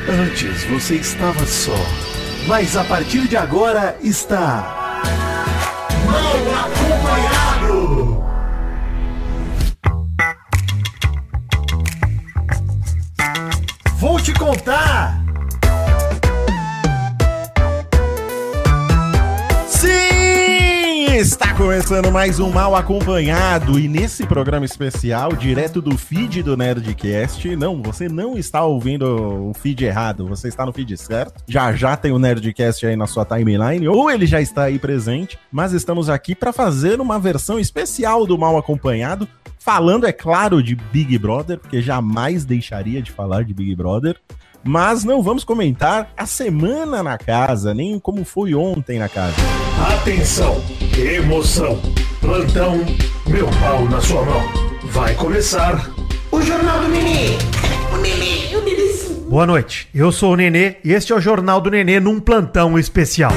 Antes você estava só, mas a partir de agora está mal acompanhado. Vou te contar. Está começando mais um Mal Acompanhado e nesse programa especial, direto do feed do Nerdcast, não, você não está ouvindo o feed errado, você está no feed certo, já tem o Nerdcast aí na sua timeline, ou ele já está aí presente, mas estamos aqui para fazer uma versão especial do Mal Acompanhado, falando, é claro, de Big Brother, porque jamais deixaria de falar de Big Brother. Mas não vamos comentar a semana na casa, nem como foi ontem na casa. Atenção, emoção, plantão, meu pau na sua mão. Vai começar o Jornal do Nenê. O Nenezinho. Boa noite, eu sou o Nenê e este é o Jornal do Nenê num plantão especial.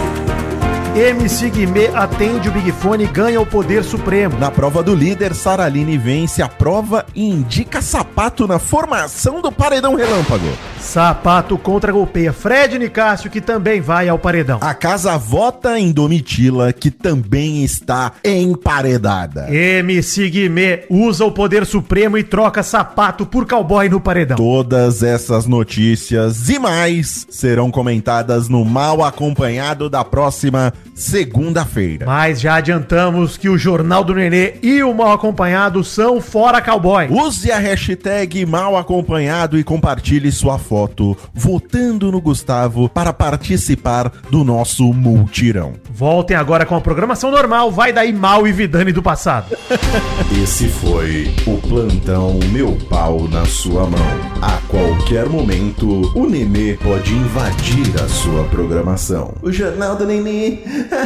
MC Guimê atende o Big Fone e ganha o poder supremo. Na prova do líder, Saraline vence a prova e indica Sapato na formação do Paredão Relâmpago. Sapato contra golpeia Fred Nicásio, que também vai ao paredão. A casa vota em Domitila, que também está emparedada. MC Guimê usa o poder supremo e troca Sapato por cowboy no paredão. Todas essas notícias e mais serão comentadas no Mal Acompanhado da próxima segunda-feira. Mas já adiantamos que o Jornal do Nenê e o Mal Acompanhado são fora cowboy. Use a hashtag Mal Acompanhado e compartilhe sua foto votando no Gustavo para participar do nosso multirão. Voltem agora com a programação normal, vai daí Mal e Vidani do passado. Esse foi o plantão Meu Pau na Sua Mão. A qualquer momento, o Nenê pode invadir a sua programação. O Jornal do Nenê,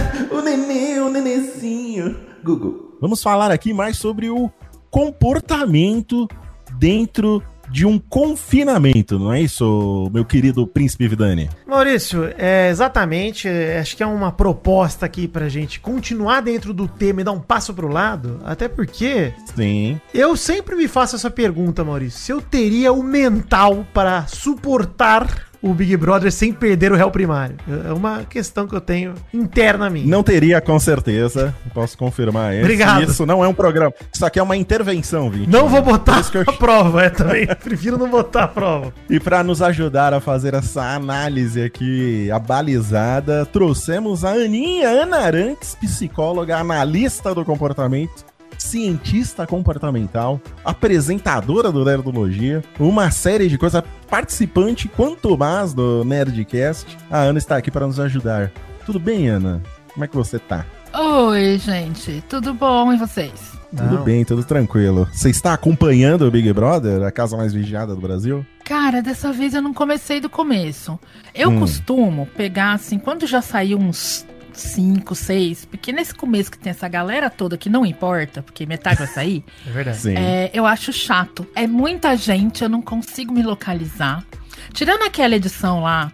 o Nenê, o Nenezinho. Google. Vamos falar aqui mais sobre o comportamento dentro de um confinamento, não é isso, meu querido Príncipe Vidani? Maurício, exatamente, acho que é uma proposta aqui pra gente continuar dentro do tema e dar um passo pro lado, até porque... Sim. Eu sempre me faço essa pergunta, Maurício, se eu teria o mental para suportar o Big Brother sem perder o réu primário. É uma questão que eu tenho interna minha. Não teria, com certeza. Posso confirmar isso. Obrigado. Isso não é um programa. Isso aqui é uma intervenção, Vitinho. Não vou botar a prova, também. Prefiro não botar a prova. E para nos ajudar a fazer essa análise aqui abalizada, trouxemos a Aninha Ana Arantes, psicóloga, analista do comportamento, cientista comportamental, apresentadora do Nerdologia, uma série de coisas, participante quanto mais do Nerdcast. A Ana está aqui para nos ajudar. Tudo bem, Ana? Como é que você tá? Oi, gente. Tudo bom e vocês? Tudo bem, tudo tranquilo. Você está acompanhando o Big Brother, a casa mais vigiada do Brasil? Cara, dessa vez eu não comecei do começo. Eu costumo pegar, assim, quando já saiu uns 5, 6, porque nesse começo que tem essa galera toda que não importa, porque metade vai sair. É verdade. Sim. Eu acho chato. É muita gente, eu não consigo me localizar. Tirando aquela edição lá,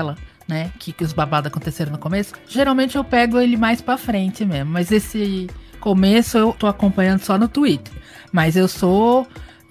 né, que os babados aconteceram no começo, geralmente eu pego ele mais pra frente mesmo. Mas esse começo eu tô acompanhando só no Twitter. Mas eu sou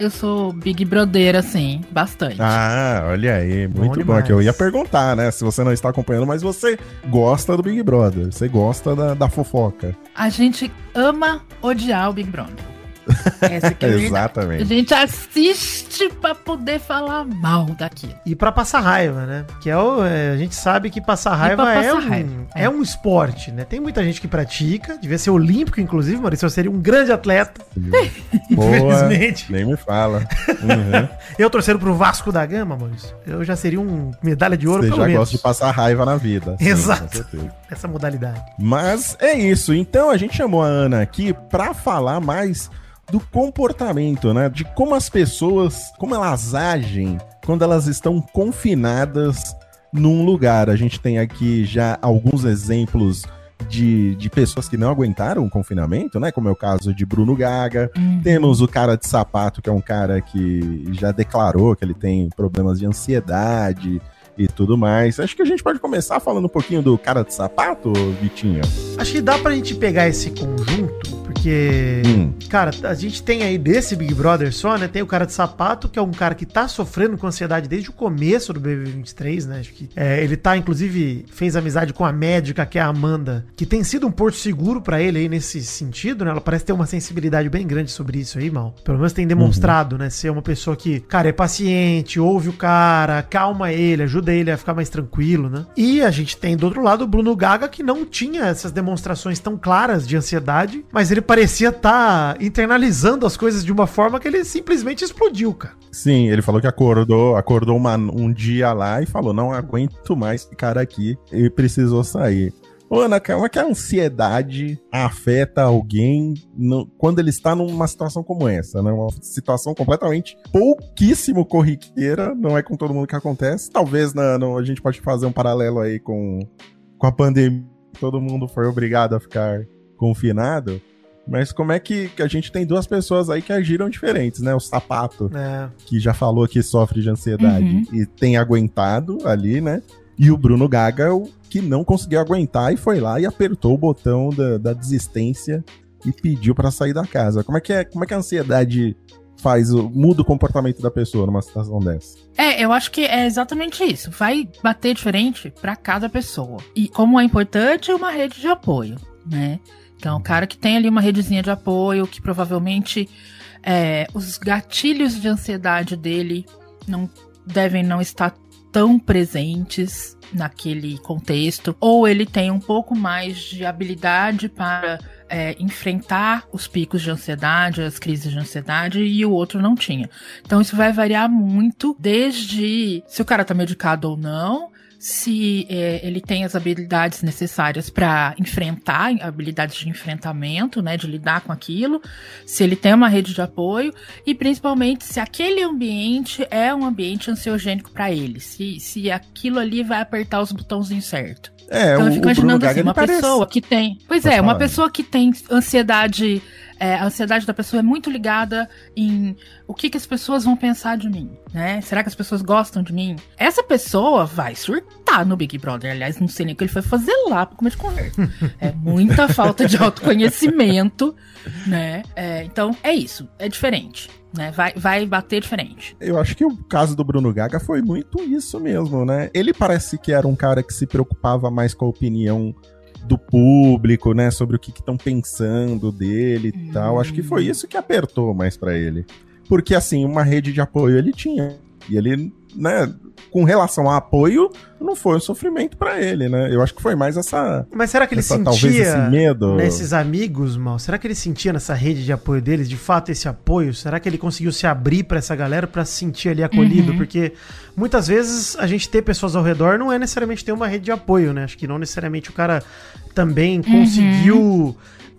Big Brother, assim, bastante. Ah, olha aí, muito bom. Que eu ia perguntar, né, se você não está acompanhando, mas você gosta do Big Brother, você gosta da fofoca. A gente ama odiar o Big Brother. Essa que é exatamente. A gente assiste pra poder falar mal daquilo. E pra passar raiva, né? Que a gente sabe que passar raiva é um esporte, né? Tem muita gente que pratica, devia ser olímpico, inclusive, Maurício, eu seria um grande atleta. Infelizmente. Nem me fala. Uhum. Eu torcendo pro Vasco da Gama, Maurício, eu já seria um medalha de ouro, você pelo já menos. gosta de passar raiva na vida. Sim, exato. Essa modalidade. Mas é isso. Então a gente chamou a Ana aqui pra falar mais do comportamento, né? De como as pessoas, como elas agem quando elas estão confinadas num lugar. A gente tem aqui já alguns exemplos de pessoas que não aguentaram o confinamento, né? Como é o caso de Bruno Gaga. Temos o cara de sapato, que é um cara que já declarou que ele tem problemas de ansiedade e tudo mais. Acho que a gente pode começar falando um pouquinho do cara de sapato, Vitinho. Acho que dá pra gente pegar esse conjunto, porque Porque, cara, a gente tem aí desse Big Brother só, né? Tem o cara de sapato, que é um cara que tá sofrendo com ansiedade desde o começo do BBB 23, né? Acho que ele tá, inclusive, fez amizade com a médica, que é a Amanda, que tem sido um porto seguro pra ele aí nesse sentido, né? Ela parece ter uma sensibilidade bem grande sobre isso aí, Mal. Pelo menos tem demonstrado, né? Ser uma pessoa que, cara, é paciente, ouve o cara, calma ele, ajuda ele a ficar mais tranquilo, né? E a gente tem do outro lado o Bruno Gaga, que não tinha essas demonstrações tão claras de ansiedade, mas ele parecia estar internalizando as coisas de uma forma que ele simplesmente explodiu, cara. Sim, ele falou que acordou um dia lá e falou, não aguento mais ficar aqui, e precisou sair. Ô, Ana, como é que a ansiedade afeta alguém quando ele está numa situação como essa, né? Uma situação completamente pouquíssimo corriqueira, não é com todo mundo que acontece. Talvez a gente pode fazer um paralelo aí com a pandemia, todo mundo foi obrigado a ficar confinado. Mas como é que a gente tem duas pessoas aí que agiram diferentes, né? O Sapato, que já falou que sofre de ansiedade e tem aguentado ali, né? E o Bruno Gaga, que não conseguiu aguentar e foi lá e apertou o botão da desistência e pediu pra sair da casa. Como é que a ansiedade muda o comportamento da pessoa numa situação dessa? Eu acho que é exatamente isso. Vai bater diferente pra cada pessoa. E como é importante uma rede de apoio, né? Então, o cara que tem ali uma redezinha de apoio, que provavelmente os gatilhos de ansiedade dele devem não estar tão presentes naquele contexto, ou ele tem um pouco mais de habilidade para enfrentar os picos de ansiedade, as crises de ansiedade, e o outro não tinha. Então isso vai variar muito, desde se o cara tá medicado ou não, se ele tem as habilidades necessárias para enfrentar, habilidades de enfrentamento, né, de lidar com aquilo, se ele tem uma rede de apoio e principalmente se aquele ambiente é um ambiente ansiogênico para ele, se aquilo ali vai apertar os botãozinhos certo. Então eu fico imaginando assim, uma pessoa que tem... Pois é, uma pessoa que tem ansiedade... a ansiedade da pessoa é muito ligada em o que as pessoas vão pensar de mim, né? Será que as pessoas gostam de mim? Essa pessoa vai surtar no Big Brother. Aliás, não sei nem o que ele foi fazer lá pra comer de conversa. É muita falta de autoconhecimento, né? Então, é isso. É diferente, né? Vai bater diferente. Eu acho que o caso do Bruno Gaga foi muito isso mesmo, né? Ele parece que era um cara que se preocupava mais com a opinião do público, né, sobre o que estão pensando dele e tal. Acho que foi isso que apertou mais pra ele. Porque, assim, uma rede de apoio ele tinha. E ele, né, com relação a apoio, não foi um sofrimento pra ele, né? Eu acho que foi mais essa... Mas será que ele sentia, talvez, esse medo nesses amigos, Mal? Será que ele sentia nessa rede de apoio deles, de fato, esse apoio? Será que ele conseguiu se abrir pra essa galera pra se sentir ali acolhido? Porque muitas vezes a gente ter pessoas ao redor não é necessariamente ter uma rede de apoio, né? Acho que não necessariamente o cara também conseguiu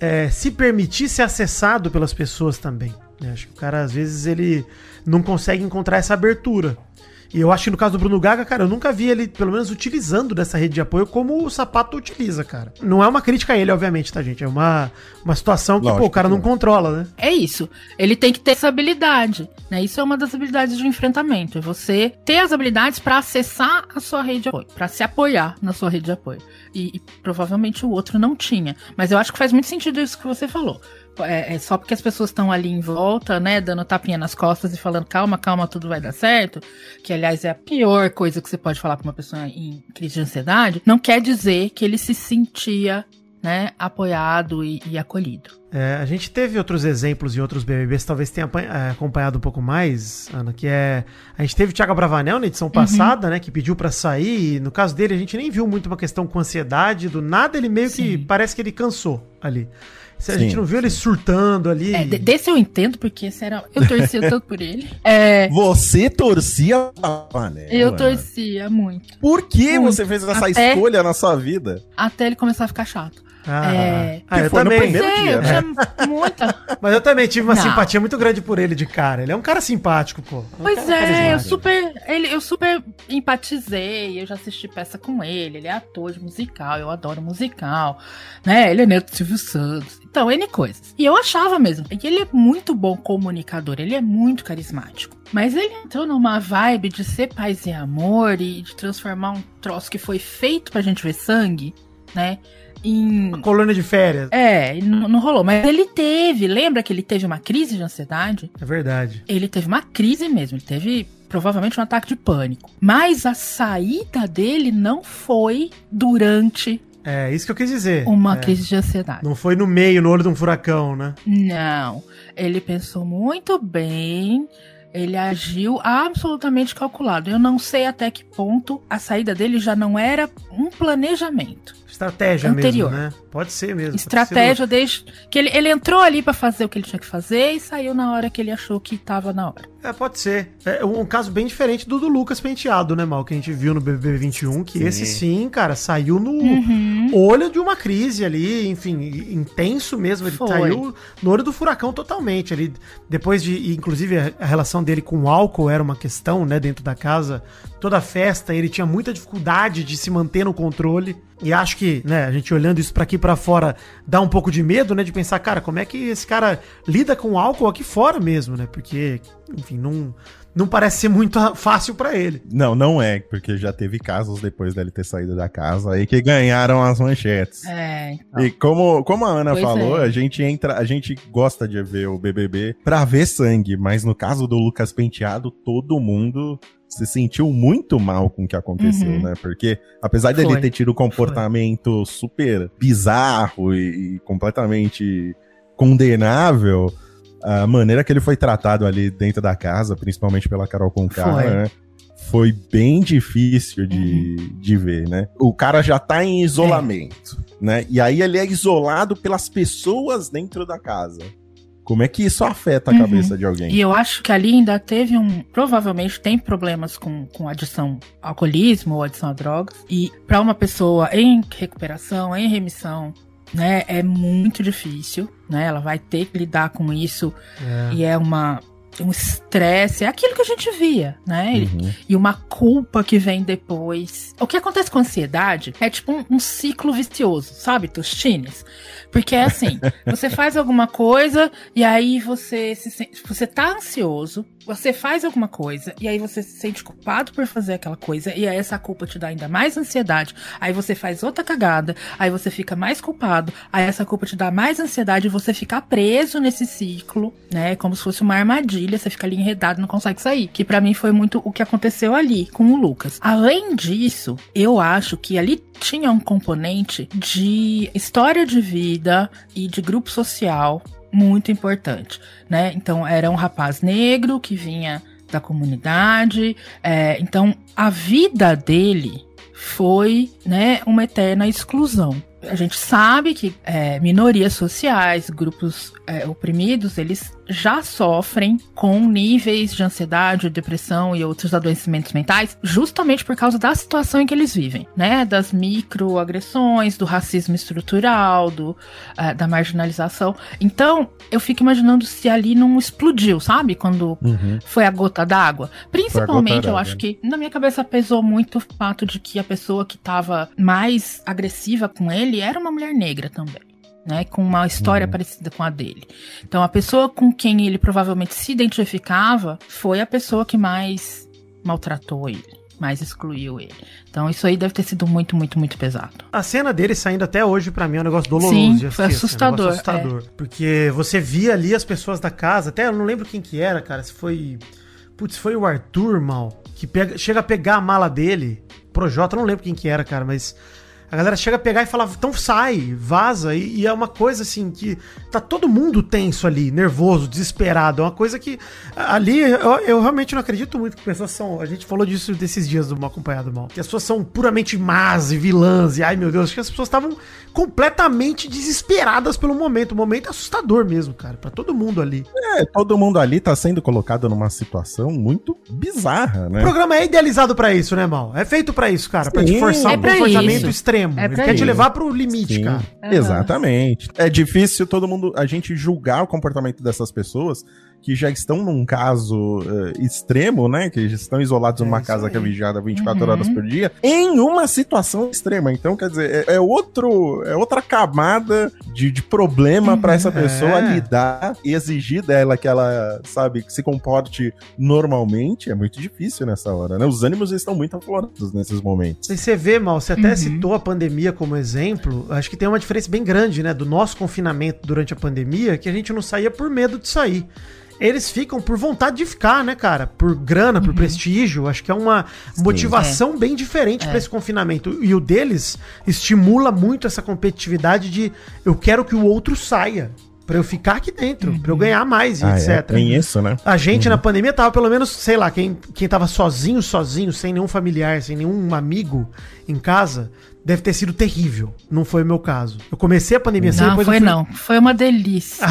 se permitir ser acessado pelas pessoas também, né? Acho que o cara, às vezes, ele não consegue encontrar essa abertura. E eu acho que no caso do Bruno Gaga, cara, eu nunca vi ele, pelo menos, utilizando dessa rede de apoio como o Sapato utiliza, cara. Não é uma crítica a ele, obviamente, tá, gente? É uma situação que, o cara não controla, né? É isso. Ele tem que ter essa habilidade, né? Isso é uma das habilidades de enfrentamento. É você ter as habilidades pra acessar a sua rede de apoio, pra se apoiar na sua rede de apoio. E provavelmente o outro não tinha. Mas eu acho que faz muito sentido isso que você falou. É só porque as pessoas estão ali em volta, né, dando tapinha nas costas e falando calma, calma, tudo vai dar certo, que aliás é a pior coisa que você pode falar pra uma pessoa em crise de ansiedade, não quer dizer que ele se sentia, né, apoiado e acolhido. A gente teve outros exemplos em outros BBBs, talvez tenha acompanhado um pouco mais, Ana, que a gente teve o Thiago Bravanel na edição passada, né, que pediu pra sair, e no caso dele a gente nem viu muito uma questão com ansiedade, do nada ele meio que parece que ele cansou ali. A gente não viu ele surtando ali. Desse eu entendo, porque eu torcia tanto por ele. Você torcia, Bravanel? Eu torcia muito. Por que você fez essa escolha na sua vida? Até ele começar a ficar chato. Eu também. No primeiro dia, né? Muita. Mas eu também tive uma simpatia muito grande por ele de cara. Ele é um cara simpático, pô. Eu super empatizei. Eu já assisti peça com ele. Ele é ator de musical. Eu adoro musical. Né? Ele é neto do Silvio Santos. Então, N coisas. E eu achava mesmo. E ele é muito bom comunicador. Ele é muito carismático. Mas ele entrou numa vibe de ser paz e amor e de transformar um troço que foi feito pra gente ver sangue, né? Uma colônia de férias. Não rolou. Mas ele teve, lembra que ele teve uma crise de ansiedade? É verdade. Ele teve uma crise mesmo, ele teve provavelmente um ataque de pânico. Mas a saída dele não foi durante... isso que eu quis dizer. Uma crise de ansiedade. Não foi no meio, no olho de um furacão, né? Não. Ele pensou muito bem... Ele agiu absolutamente calculado. Eu não sei até que ponto a saída dele já não era um planejamento. Estratégia anterior. Mesmo, né? Pode ser mesmo. Estratégia desde que ele entrou ali pra fazer o que ele tinha que fazer e saiu na hora que ele achou que tava na hora. Pode ser. É um caso bem diferente do Lucas Penteado, né, Mal? Que a gente viu no BBB 21, que esse sim, cara, saiu no olho de uma crise ali, enfim, intenso mesmo. Ele saiu no olho do furacão totalmente. Ali, depois de, inclusive, a relação dele com o álcool era uma questão, né, dentro da casa. Toda festa, ele tinha muita dificuldade de se manter no controle. E acho que, né, a gente olhando isso pra aqui pra fora, dá um pouco de medo, né, de pensar, cara, como é que esse cara lida com o álcool aqui fora mesmo, né? Porque, enfim, não parece ser muito fácil pra ele. Não é, porque já teve casos depois dele ter saído da casa aí que ganharam as manchetes. Então. E como a Ana falou, a gente gosta de ver o BBB pra ver sangue, mas no caso do Lucas Penteado, todo mundo se sentiu muito mal com o que aconteceu, né? Porque apesar dele ter tido um comportamento super bizarro e completamente condenável, a maneira que ele foi tratado ali dentro da casa, principalmente pela Carol Conká, né? Foi bem difícil de ver, né? O cara já tá em isolamento, né? E aí ele é isolado pelas pessoas dentro da casa. Como é que isso afeta a cabeça de alguém? E eu acho que ali ainda teve provavelmente tem problemas com adição ao alcoolismo ou adição a drogas. E para uma pessoa em recuperação, em remissão, né, é muito difícil, né? Ela vai ter que lidar com isso e é um estresse, é aquilo que a gente via, né? E uma culpa que vem depois. O que acontece com a ansiedade é tipo um ciclo vicioso, sabe, Tostines? Porque é assim, você faz alguma coisa e aí você tá ansioso, você faz alguma coisa e aí você se sente culpado por fazer aquela coisa e aí essa culpa te dá ainda mais ansiedade, aí você faz outra cagada, aí você fica mais culpado, aí essa culpa te dá mais ansiedade e você fica preso nesse ciclo, né, como se fosse uma armadilha, você fica ali enredado, não consegue sair, que pra mim foi muito o que aconteceu ali com o Lucas. Além disso, eu acho que ali tinha um componente de história de vida e de grupo social muito importante, né? Então, era um rapaz negro que vinha da comunidade, então a vida dele foi, né, uma eterna exclusão. A gente sabe que minorias sociais, grupos oprimidos, eles já sofrem com níveis de ansiedade, depressão e outros adoecimentos mentais justamente por causa da situação em que eles vivem, né? Das microagressões, do racismo estrutural, da marginalização. Então, eu fico imaginando se ali não explodiu, sabe? Quando foi a gota d'água. Principalmente, eu acho que na minha cabeça pesou muito o fato de que a pessoa que estava mais agressiva com ele era uma mulher negra também, né, com uma história parecida com a dele. Então a pessoa com quem ele provavelmente se identificava foi a pessoa que mais maltratou ele, mais excluiu ele. Então isso aí deve ter sido muito, muito, muito pesado. A cena dele saindo até hoje pra mim é um negócio doloroso. Sim, foi assustador. Um assustador. Porque você via ali as pessoas da casa, até eu não lembro quem que era, cara, se foi... Putz, foi o Arthur, mal, que chega a pegar a mala dele, Projota, não lembro quem que era, cara, mas... A galera chega a pegar e fala, então sai, vaza, e é uma coisa assim que tá todo mundo tenso ali, nervoso, desesperado, é uma coisa que ali eu realmente não acredito muito que pessoas são, a gente falou disso desses dias do Mal Acompanhado Mal, que as pessoas são puramente más e vilãs, e ai meu Deus, acho que as pessoas estavam completamente desesperadas pelo momento, o momento é assustador mesmo, cara, pra todo mundo ali. Todo mundo ali tá sendo colocado numa situação muito bizarra, né? O programa é idealizado pra isso, né, Mal? É feito pra isso, cara, pra te forçar um comportamento extremo. Ele quer te levar pro limite, cara. Exatamente. É difícil a gente julgar o comportamento dessas pessoas que já estão num caso extremo, né? Que já estão isolados numa casa que é vigiada 24 horas por dia, em uma situação extrema. Então, quer dizer, é outra camada de problema pra essa pessoa lidar e exigir dela que ela, sabe, que se comporte normalmente. É muito difícil nessa hora, né? Os ânimos estão muito aflorados nesses momentos. E você vê, Mal, você até citou a pandemia como exemplo. Acho que tem uma diferença bem grande, né? Do nosso confinamento durante a pandemia, que a gente não saía por medo de sair. Eles ficam por vontade de ficar, né, cara? Por grana, por prestígio. Acho que é uma motivação bem diferente pra esse confinamento. E o deles estimula muito essa competitividade de eu quero que o outro saia. Pra eu ficar aqui dentro, pra eu ganhar mais, etc. Tem isso, né? A gente na pandemia tava pelo menos, sei lá, quem tava sozinho, sem nenhum familiar, sem nenhum amigo em casa, deve ter sido terrível. Não foi o meu caso. Eu comecei a pandemia assim, depois não. Foi uma delícia.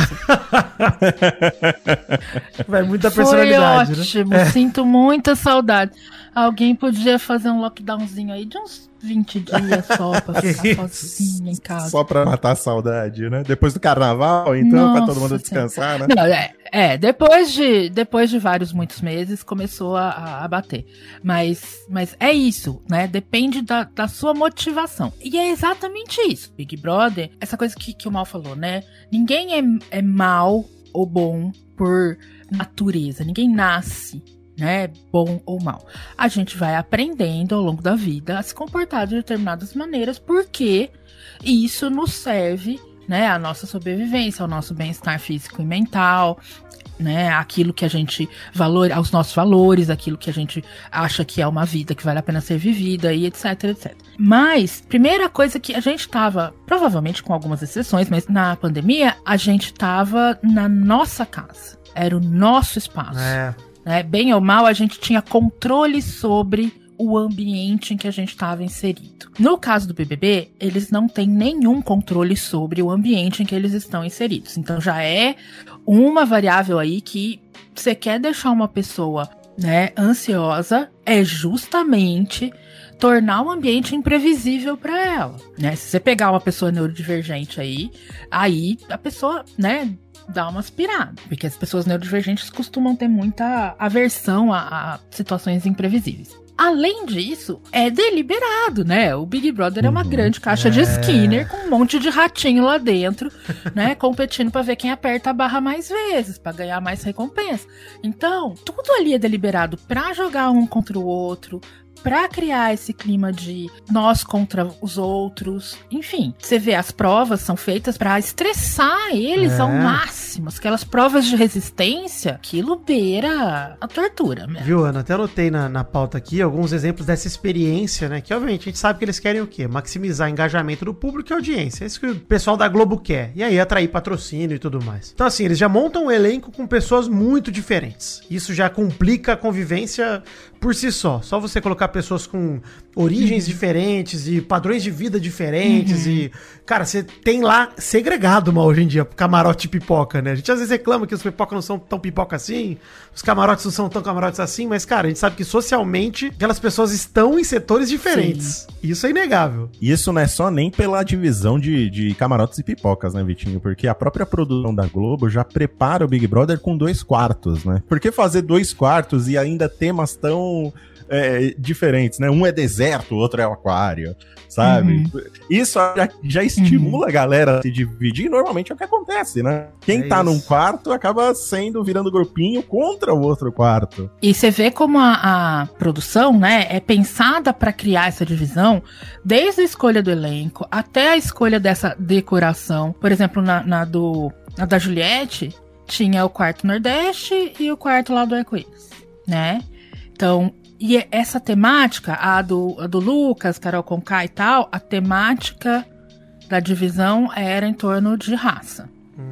Vai muita personalidade, foi ótimo, sinto muita saudade. Alguém podia fazer um lockdownzinho aí de uns 20 dias só pra ficar sozinha em casa. Só pra matar a saudade, né? Depois do carnaval, então, pra todo mundo descansar, né? Não, depois de muitos meses, começou a bater. Mas é isso, né? Depende da sua motivação. E é exatamente isso. Big Brother, essa coisa que o Mal falou, né? Ninguém é mal ou bom por natureza. Ninguém nasce, né, bom ou mal. A gente vai aprendendo ao longo da vida a se comportar de determinadas maneiras, porque isso nos serve, né, à nossa sobrevivência, ao nosso bem-estar físico e mental, né, aquilo que a gente aos nossos valores, aquilo que a gente acha que é uma vida que vale a pena ser vivida e etc, etc. Mas, primeira coisa que a gente tava, provavelmente com algumas exceções, mas na pandemia, a gente tava na nossa casa. Era o nosso espaço. Né? Bem ou mal, a gente tinha controle sobre o ambiente em que a gente estava inserido. No caso do BBB, eles não têm nenhum controle sobre o ambiente em que eles estão inseridos. Então já é uma variável aí que você quer deixar uma pessoa, né, ansiosa, é justamente tornar o ambiente imprevisível para ela, né? Se você pegar uma pessoa neurodivergente aí a pessoa, né, dá uma aspirada, porque as pessoas neurodivergentes costumam ter muita aversão a situações imprevisíveis. Além disso, é deliberado, né? O Big Brother é uma grande caixa de Skinner com um monte de ratinho lá dentro, né? Competindo pra ver quem aperta a barra mais vezes, pra ganhar mais recompensa. Então, tudo ali é deliberado pra jogar um contra o outro, pra criar esse clima de nós contra os outros. Enfim, você vê, as provas são feitas pra estressar eles ao máximo. Aquelas provas de resistência, aquilo beira a tortura mesmo. Viu, Ana? Até anotei na pauta aqui alguns exemplos dessa experiência, né? Que, obviamente, a gente sabe que eles querem o quê? Maximizar engajamento do público e audiência. É isso que o pessoal da Globo quer. E aí, atrair patrocínio e tudo mais. Então, assim, eles já montam um elenco com pessoas muito diferentes. Isso já complica a convivência por si só. Só você colocar pessoas com origens diferentes e padrões de vida diferentes e, cara, você tem lá segregado hoje em dia, camarote e pipoca, né? A gente às vezes reclama que os pipocas não são tão pipoca assim, os camarotes não são tão camarotes assim, mas, cara, a gente sabe que socialmente aquelas pessoas estão em setores diferentes. Sim. Isso é inegável. Isso não é só nem pela divisão de camarotes e pipocas, né, Vitinho? Porque a própria produção da Globo já prepara o Big Brother com 2 quartos, né? Por que fazer 2 quartos e ainda temas tão diferentes, né? Um é deserto, o outro é o aquário, sabe? Isso já estimula a galera a se dividir, e normalmente é o que acontece, né? Quem tá num quarto acaba virando grupinho contra o outro quarto. E você vê como a produção, né, é pensada pra criar essa divisão, desde a escolha do elenco até a escolha dessa decoração. Por exemplo, na da Juliette, tinha o quarto Nordeste e o quarto lá do Arco-Íris, né? Então, e essa temática, a do Lucas, Carol Conká e tal, a temática da divisão era em torno de raça.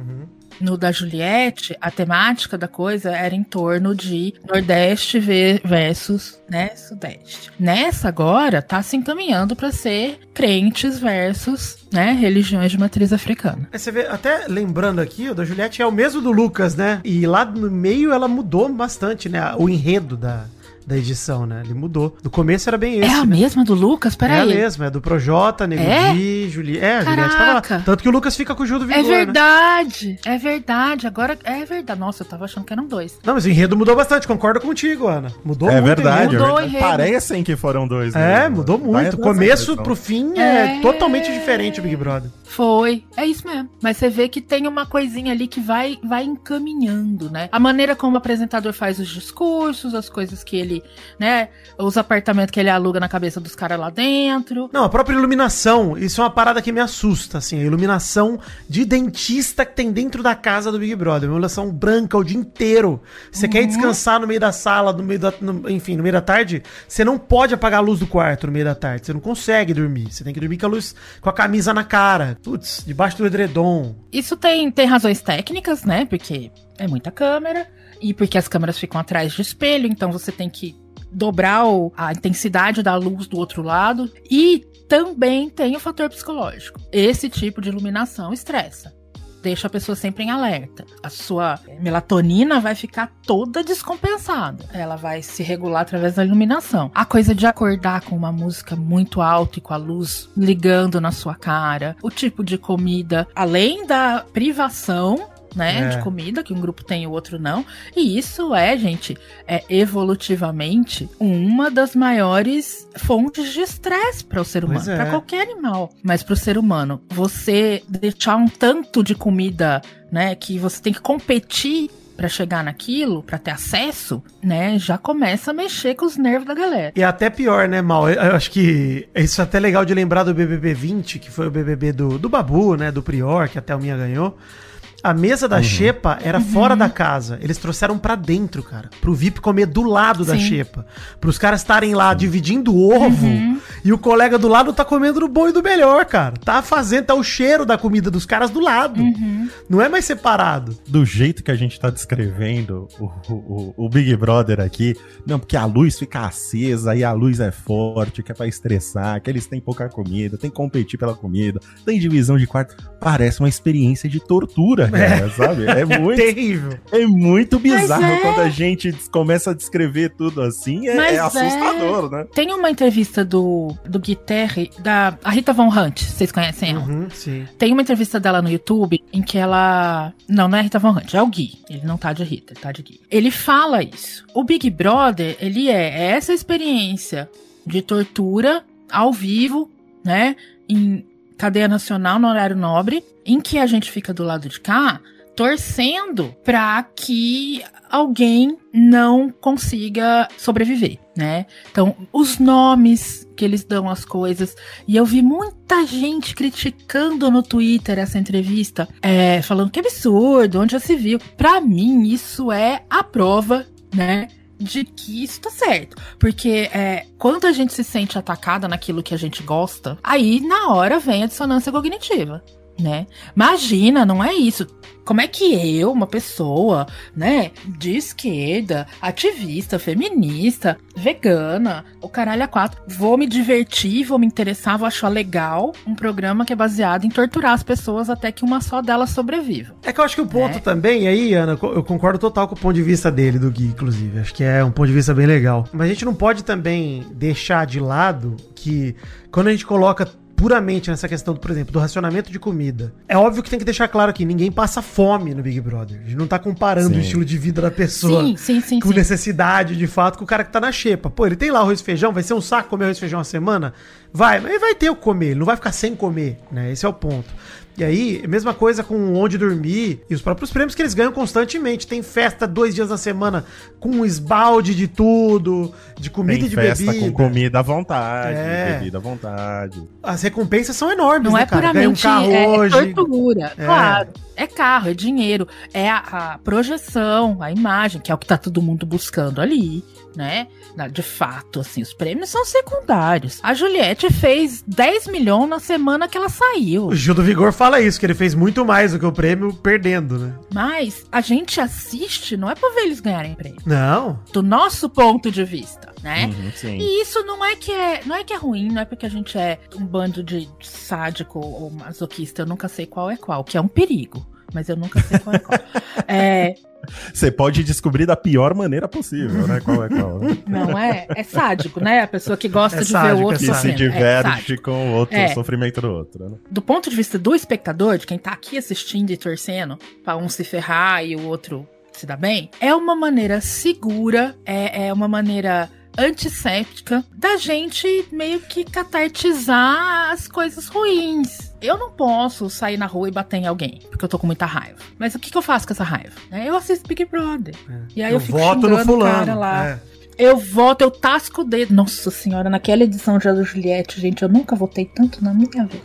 No da Juliette, a temática da coisa era em torno de Nordeste versus, né, Sudeste. Nessa agora, tá se encaminhando para ser crentes versus, né, religiões de matriz africana. Você vê, até lembrando aqui, o da Juliette é o mesmo do Lucas, né? E lá no meio ela mudou bastante, né? O enredo da edição, né? Ele mudou. No começo era bem esse. É a mesma do Lucas? Peraí. É a mesma, é do Projota, Nego Di, Juliette. É, a Juliette tava lá. Tanto que o Lucas fica com o Gil do Vigor, É verdade. Agora é verdade. Nossa, eu tava achando que eram 2. Não, mas o enredo mudou bastante, concordo contigo, Ana. Mudou muito. Verdade, é verdade. Parecem que foram 2. Mudou muito. Do começo pro fim é totalmente diferente o Big Brother. Foi. É isso mesmo. Mas você vê que tem uma coisinha ali que vai encaminhando, né? A maneira como o apresentador faz os discursos, as coisas que ele, né? Os apartamentos que ele aluga na cabeça dos caras lá dentro. Não, a própria iluminação, isso é uma parada que me assusta, assim. A iluminação de dentista que tem dentro da casa do Big Brother. Uma iluminação branca o dia inteiro. Você quer descansar no meio da sala, no meio da tarde, você não pode apagar a luz do quarto no meio da tarde. Você não consegue dormir. Você tem que dormir com a luz, com a camisa na cara. Putz, debaixo do edredom. Isso tem razões técnicas, né? Porque é muita câmera e porque as câmeras ficam atrás de espelho, então você tem que dobrar a intensidade da luz do outro lado. E também tem o fator psicológico. Esse tipo de iluminação estressa. Deixa a pessoa sempre em alerta. A sua melatonina vai ficar toda descompensada. Ela vai se regular através da iluminação. A coisa de acordar com uma música muito alta e com a luz ligando na sua cara. O tipo de comida, além da privação, né, de comida, que um grupo tem e o outro não. E isso gente, evolutivamente uma das maiores fontes de estresse para o ser humano, para qualquer animal. Mas para o ser humano, você deixar um tanto de comida, né, que você tem que competir para chegar naquilo, para ter acesso, né, já começa a mexer com os nervos da galera. E até pior, né, Mal? Eu acho que isso é até legal de lembrar do BBB 20, que foi o BBB do Babu, né, do Prior, que até o Minha ganhou. A mesa da xepa era fora da casa. Eles trouxeram pra dentro, cara. Pro VIP comer do lado da xepa. Pros caras estarem lá dividindo o ovo e o colega do lado tá comendo do bom e do melhor, cara. Tá o cheiro da comida dos caras do lado. Não é mais separado. Do jeito que a gente tá descrevendo o Big Brother aqui, não, porque a luz fica acesa e a luz é forte, que é pra estressar, que eles têm pouca comida, tem que competir pela comida, tem divisão de quarto. Parece uma experiência de tortura. Sabe? É muito terrível. É muito bizarro quando a gente começa a descrever tudo assim. É assustador, né? Tem uma entrevista do Guiterre, da Rita Von Hunt. Vocês conhecem ela? Sim. Tem uma entrevista dela no YouTube em que ela... Não é a Rita Von Hunt, é o Gui. Ele não tá de Rita, ele tá de Gui. Ele fala isso. O Big Brother, ele é essa experiência de tortura ao vivo, né? Em cadeia nacional, no horário nobre, em que a gente fica do lado de cá torcendo pra que alguém não consiga sobreviver, né? Então, os nomes que eles dão às coisas, e eu vi muita gente criticando no Twitter essa entrevista, falando que absurdo, onde já se viu. Pra mim, isso é a prova, né, de que isso tá certo. Porque quando a gente se sente atacada naquilo que a gente gosta, aí na hora vem a dissonância cognitiva, né? Imagina, não é isso. Como é que eu, uma pessoa, né, de esquerda, ativista, feminista, vegana, o caralho a 4, vou me divertir, vou me interessar, vou achar legal um programa que é baseado em torturar as pessoas até que uma só delas sobreviva. É que eu acho que o ponto também, aí, Ana, eu concordo total com o ponto de vista dele, do Gui, inclusive. Acho que é um ponto de vista bem legal. Mas a gente não pode também deixar de lado que quando a gente coloca puramente nessa questão, por exemplo, do racionamento de comida. É óbvio que tem que deixar claro que ninguém passa fome no Big Brother. A gente não tá comparando o estilo de vida da pessoa com necessidade, de fato, com o cara que tá na xepa. Pô, ele tem lá arroz e feijão, vai ser um saco comer arroz e feijão uma semana? Vai, mas ele vai ter o que comer, ele não vai ficar sem comer, né? Esse é o ponto. E aí, mesma coisa com onde dormir e os próprios prêmios que eles ganham constantemente. Tem festa 2 dias na semana com um esbalde de tudo, de comida e de bebida. Tem festa com comida à vontade, bebida à vontade. As recompensas são enormes, não né, é cara? Puramente, ganha um carro hoje. É tortura, claro. É carro, é dinheiro, é a projeção, a imagem, que é o que tá todo mundo buscando ali, né? De fato, assim, os prêmios são secundários. A Juliette fez 10 milhões na semana que ela saiu. O Gil do Vigor fala isso, que ele fez muito mais do que o prêmio perdendo, né? Mas a gente assiste, não é pra ver eles ganharem prêmio. Não. Do nosso ponto de vista, né? Sim. E isso não é que é ruim, não é porque a gente é um bando de sádico ou masoquista, eu nunca sei qual é qual, que é um perigo. mas eu nunca sei qual é qual. Você pode descobrir da pior maneira possível, né? Qual é qual. Né? Não é? É sádico, né? A pessoa que gosta de sádico, ver o outro Que sofrendo. se diverte sádico. com o outro sofrimento do outro, né? Do ponto de vista do espectador, de quem tá aqui assistindo e torcendo pra um se ferrar e o outro se dar bem, é uma maneira segura, é uma maneira antisséptica da gente meio que catartizar as coisas ruins. Eu não posso sair na rua e bater em alguém, porque eu tô com muita raiva. Mas o que eu faço com essa raiva? Eu assisto Big Brother. E aí eu fico voto no fulano. o cara lá. Eu voto, eu tasco o dedo. Nossa senhora, naquela edição de Azul Juliette, gente, eu nunca votei tanto na minha vida.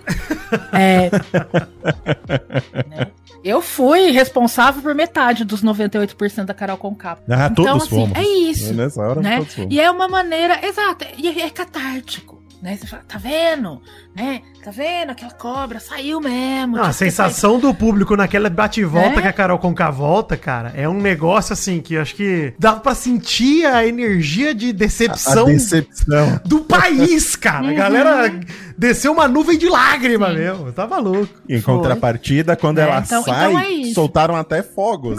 Né? Eu fui responsável por metade dos 98% da Carol Conká. Ah, então, todos assim, fomos. é isso. Nessa hora, né? todos fomos. E é uma maneira, exato, e é catártico. Né? Você fala, tá vendo? Né? Tá vendo? Aquela cobra saiu mesmo. Não, a sensação do público naquela bate-volta que a Carol Conká volta, cara, é um negócio assim que eu acho que dá pra sentir a energia de decepção, A decepção do país, cara. A galera desceu uma nuvem de lágrima, meu. Tá maluco. Em contrapartida, quando ela sai, soltaram até fogos.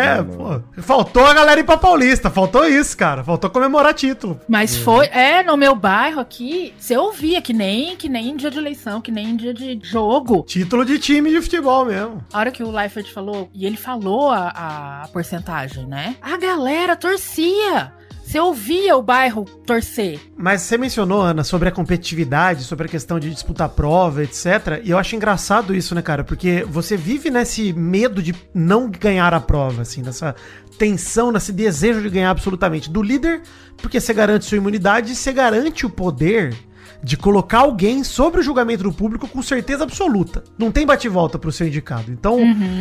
Faltou a galera ir pra Paulista. Faltou isso, cara. Faltou comemorar título. Mas foi, no meu bairro aqui, você ouvia que nem em dia de eleição, que nem em dia de jogo. Título de time de futebol mesmo. A hora que o Leifert falou, e ele falou a porcentagem, né? A galera torcia. Você ouvia o bairro torcer. Mas você mencionou, Ana, sobre a competitividade, sobre a questão de disputar prova, etc. E eu acho engraçado isso, né, cara? Porque você vive nesse medo de não ganhar a prova, assim, nessa tensão, nesse desejo de ganhar absolutamente do líder, porque você garante sua imunidade e você garante o poder de colocar alguém sobre o julgamento do público com certeza absoluta. Não tem bate-volta pro seu indicado. Então,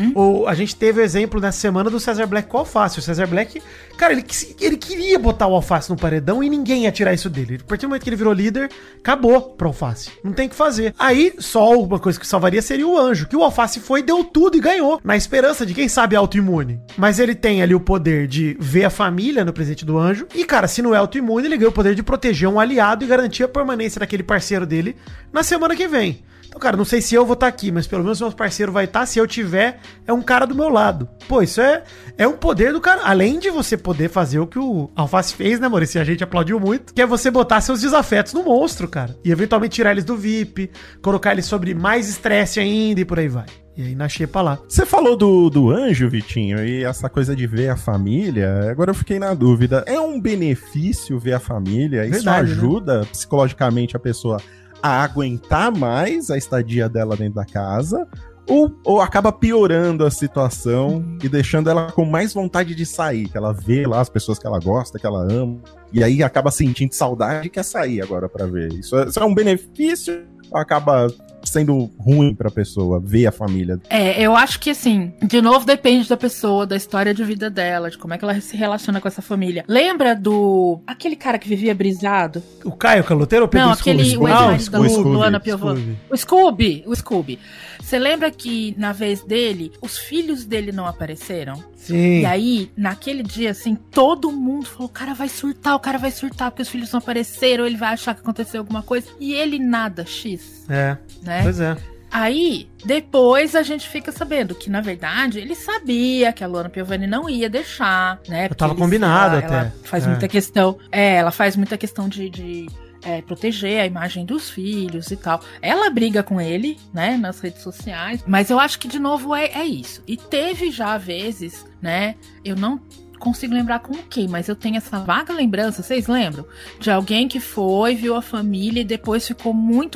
a gente teve o exemplo nessa semana do César Black com o Alface. O César Black, cara, ele queria botar o Alface no paredão e ninguém ia tirar isso dele. A partir do momento que ele virou líder, acabou pro Alface. Não tem o que fazer. Aí, só uma coisa que salvaria seria o Anjo, que o Alface foi, deu tudo e ganhou. Na esperança de, quem sabe, autoimune. Mas ele tem ali o poder de ver a família no presente do Anjo. E, cara, se não é autoimune, ele ganhou o poder de proteger um aliado e garantir a permanência daquele parceiro dele na semana que vem. Então, cara, não sei se eu vou estar aqui, mas pelo menos meu parceiro vai estar. Se eu tiver, é um cara do meu lado. Pô, isso é um poder do cara. Além de você poder fazer o que o Alface fez, né, Maurício? A gente aplaudiu muito. Que é você botar seus desafetos no monstro, cara. E eventualmente tirar eles do VIP, colocar eles sobre mais estresse ainda e por aí vai. E aí na xepa lá. Você falou do Anjo, Vitinho, e essa coisa de ver a família. Agora eu fiquei na dúvida. É um benefício ver a família? Isso Verdade, ajuda, né, psicologicamente a pessoa a aguentar mais a estadia dela dentro da casa? Ou acaba piorando a situação e deixando ela com mais vontade de sair? Que ela vê lá as pessoas que ela gosta, que ela ama, e aí acaba sentindo saudade e quer sair agora pra ver. Isso é um benefício ou acaba sendo ruim pra pessoa ver a família? Eu acho que, assim, de novo, depende da pessoa, da história de vida dela, de como é que ela se relaciona com essa família. Lembra aquele cara que vivia brisado? O Caio Caloteiro ou Pedro? Não, aquele, o ex-marido da Luana Piovani. O Scooby. Você lembra que, na vez dele, os filhos dele não apareceram? Sim. E aí, naquele dia, assim, todo mundo falou, o cara vai surtar, porque os filhos não apareceram, ele vai achar que aconteceu alguma coisa. E ele nada, X. Né? Pois é. Aí, depois a gente fica sabendo que, na verdade, ele sabia que a Luana Piovani não ia deixar, né? Eu tava combinado até. Ela faz muita questão. Ela faz muita questão de proteger a imagem dos filhos e tal. Ela briga com ele, né, nas redes sociais, mas eu acho que, de novo, é isso. E teve já vezes, né, eu não consigo lembrar com quem, mas eu tenho essa vaga lembrança, vocês lembram? De alguém que viu a família e depois ficou muito,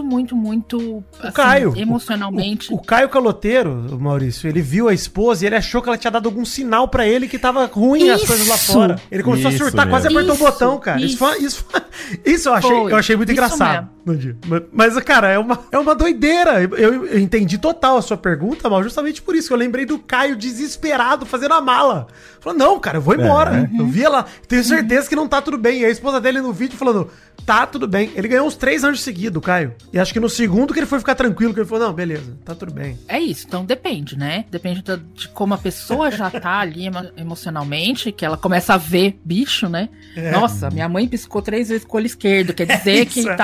assim, Caio, emocionalmente. O Caio Caloteiro, Maurício, ele viu a esposa e ele achou que ela tinha dado algum sinal pra ele que tava ruim as coisas lá fora. Ele começou a surtar, quase apertou o botão, cara. Isso eu achei muito engraçado no dia. Mas, cara, é uma doideira. Eu entendi total a sua pergunta, mas justamente por isso. Eu lembrei do Caio desesperado fazendo a mala. Falou, não, cara, eu vou embora. Eu vi ela, tenho certeza que não tá tudo bem. E a esposa dele no vídeo falando, tá tudo bem. Ele ganhou uns 3 anjos seguidos, Caio. E acho que no segundo que ele foi ficar tranquilo, que ele falou, não, beleza, tá tudo bem. É isso, então depende, né? Depende de como a pessoa já tá ali emocionalmente, que ela começa a ver bicho, né? Nossa, minha mãe piscou 3 vezes com o olho esquerdo, quer dizer que alguém morreu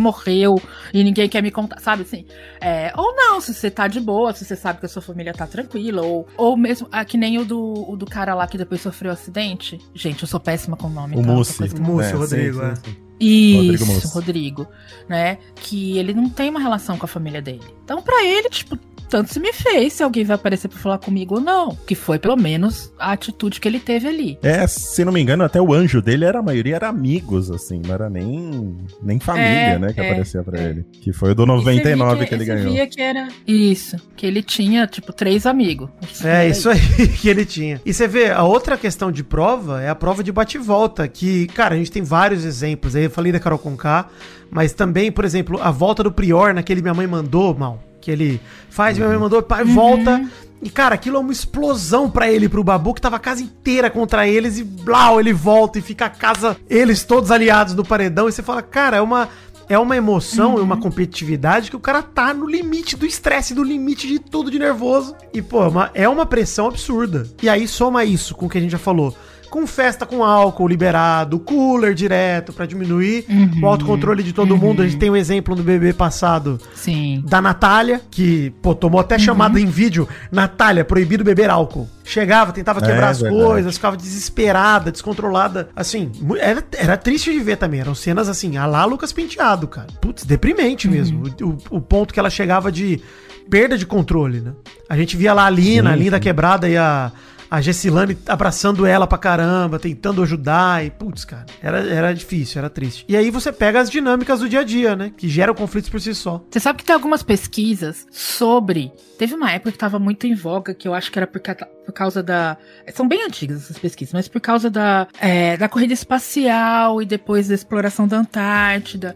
morreu e ninguém quer me contar, sabe assim? Ou não, se você tá de boa, se você sabe que a sua família tá tranquila, ou mesmo, que nem o do cara lá que depois sofreu acidente. Gente, eu sou péssima com o nome. O Mussi, Rodrigo, sim. Isso, Rodrigo, né? Que ele não tem uma relação com a família dele. Então, pra ele, tipo, tanto se me fez se alguém vai aparecer pra falar comigo ou não. Que foi, pelo menos, a atitude que ele teve ali. Se não me engano, até o anjo dele, a maioria era amigos, assim. Não era nem família, né, que aparecia pra ele. Que foi o do 99 que ele ganhou. Via que era isso, que ele tinha, tipo, 3 amigos. Isso aí que ele tinha. E você vê, a outra questão de prova é a prova de bate-volta, que, cara, a gente tem vários exemplos. Aí eu falei da Carol Conká, mas também, por exemplo, a volta do Prior naquele Minha Mãe Mandou, mal. Que ele faz, minha mãe mandou, pai, volta. E, cara, aquilo é uma explosão pra ele, pro Babu, que tava a casa inteira contra eles. E, blau, ele volta e fica a casa, eles todos aliados no paredão. E você fala, cara, é uma emoção e uma competitividade que o cara tá no limite do estresse, do limite de tudo de nervoso. E, pô, é uma pressão absurda. E aí soma isso com o que a gente já falou. Com festa com álcool liberado, cooler direto pra diminuir o autocontrole de todo mundo. A gente tem um exemplo no BBB passado. Sim. Da Natália, que, pô, tomou até chamada em vídeo. Natália, proibido beber álcool. Chegava, tentava quebrar as coisas, ficava desesperada, descontrolada. Assim, era triste de ver também. Eram cenas assim, a lá Lucas Penteado, cara. Putz, deprimente mesmo. O ponto que ela chegava de perda de controle, né? A gente via lá a Lina, a Linda Quebrada e a Gessilane abraçando ela pra caramba, tentando ajudar e, putz, cara, era difícil, era triste. E aí você pega as dinâmicas do dia a dia, né, que geram conflitos por si só. Você sabe que tem algumas pesquisas sobre... Teve uma época que tava muito em voga, que eu acho que era por causa da... São bem antigas essas pesquisas, mas por causa da corrida espacial e depois da exploração da Antártida.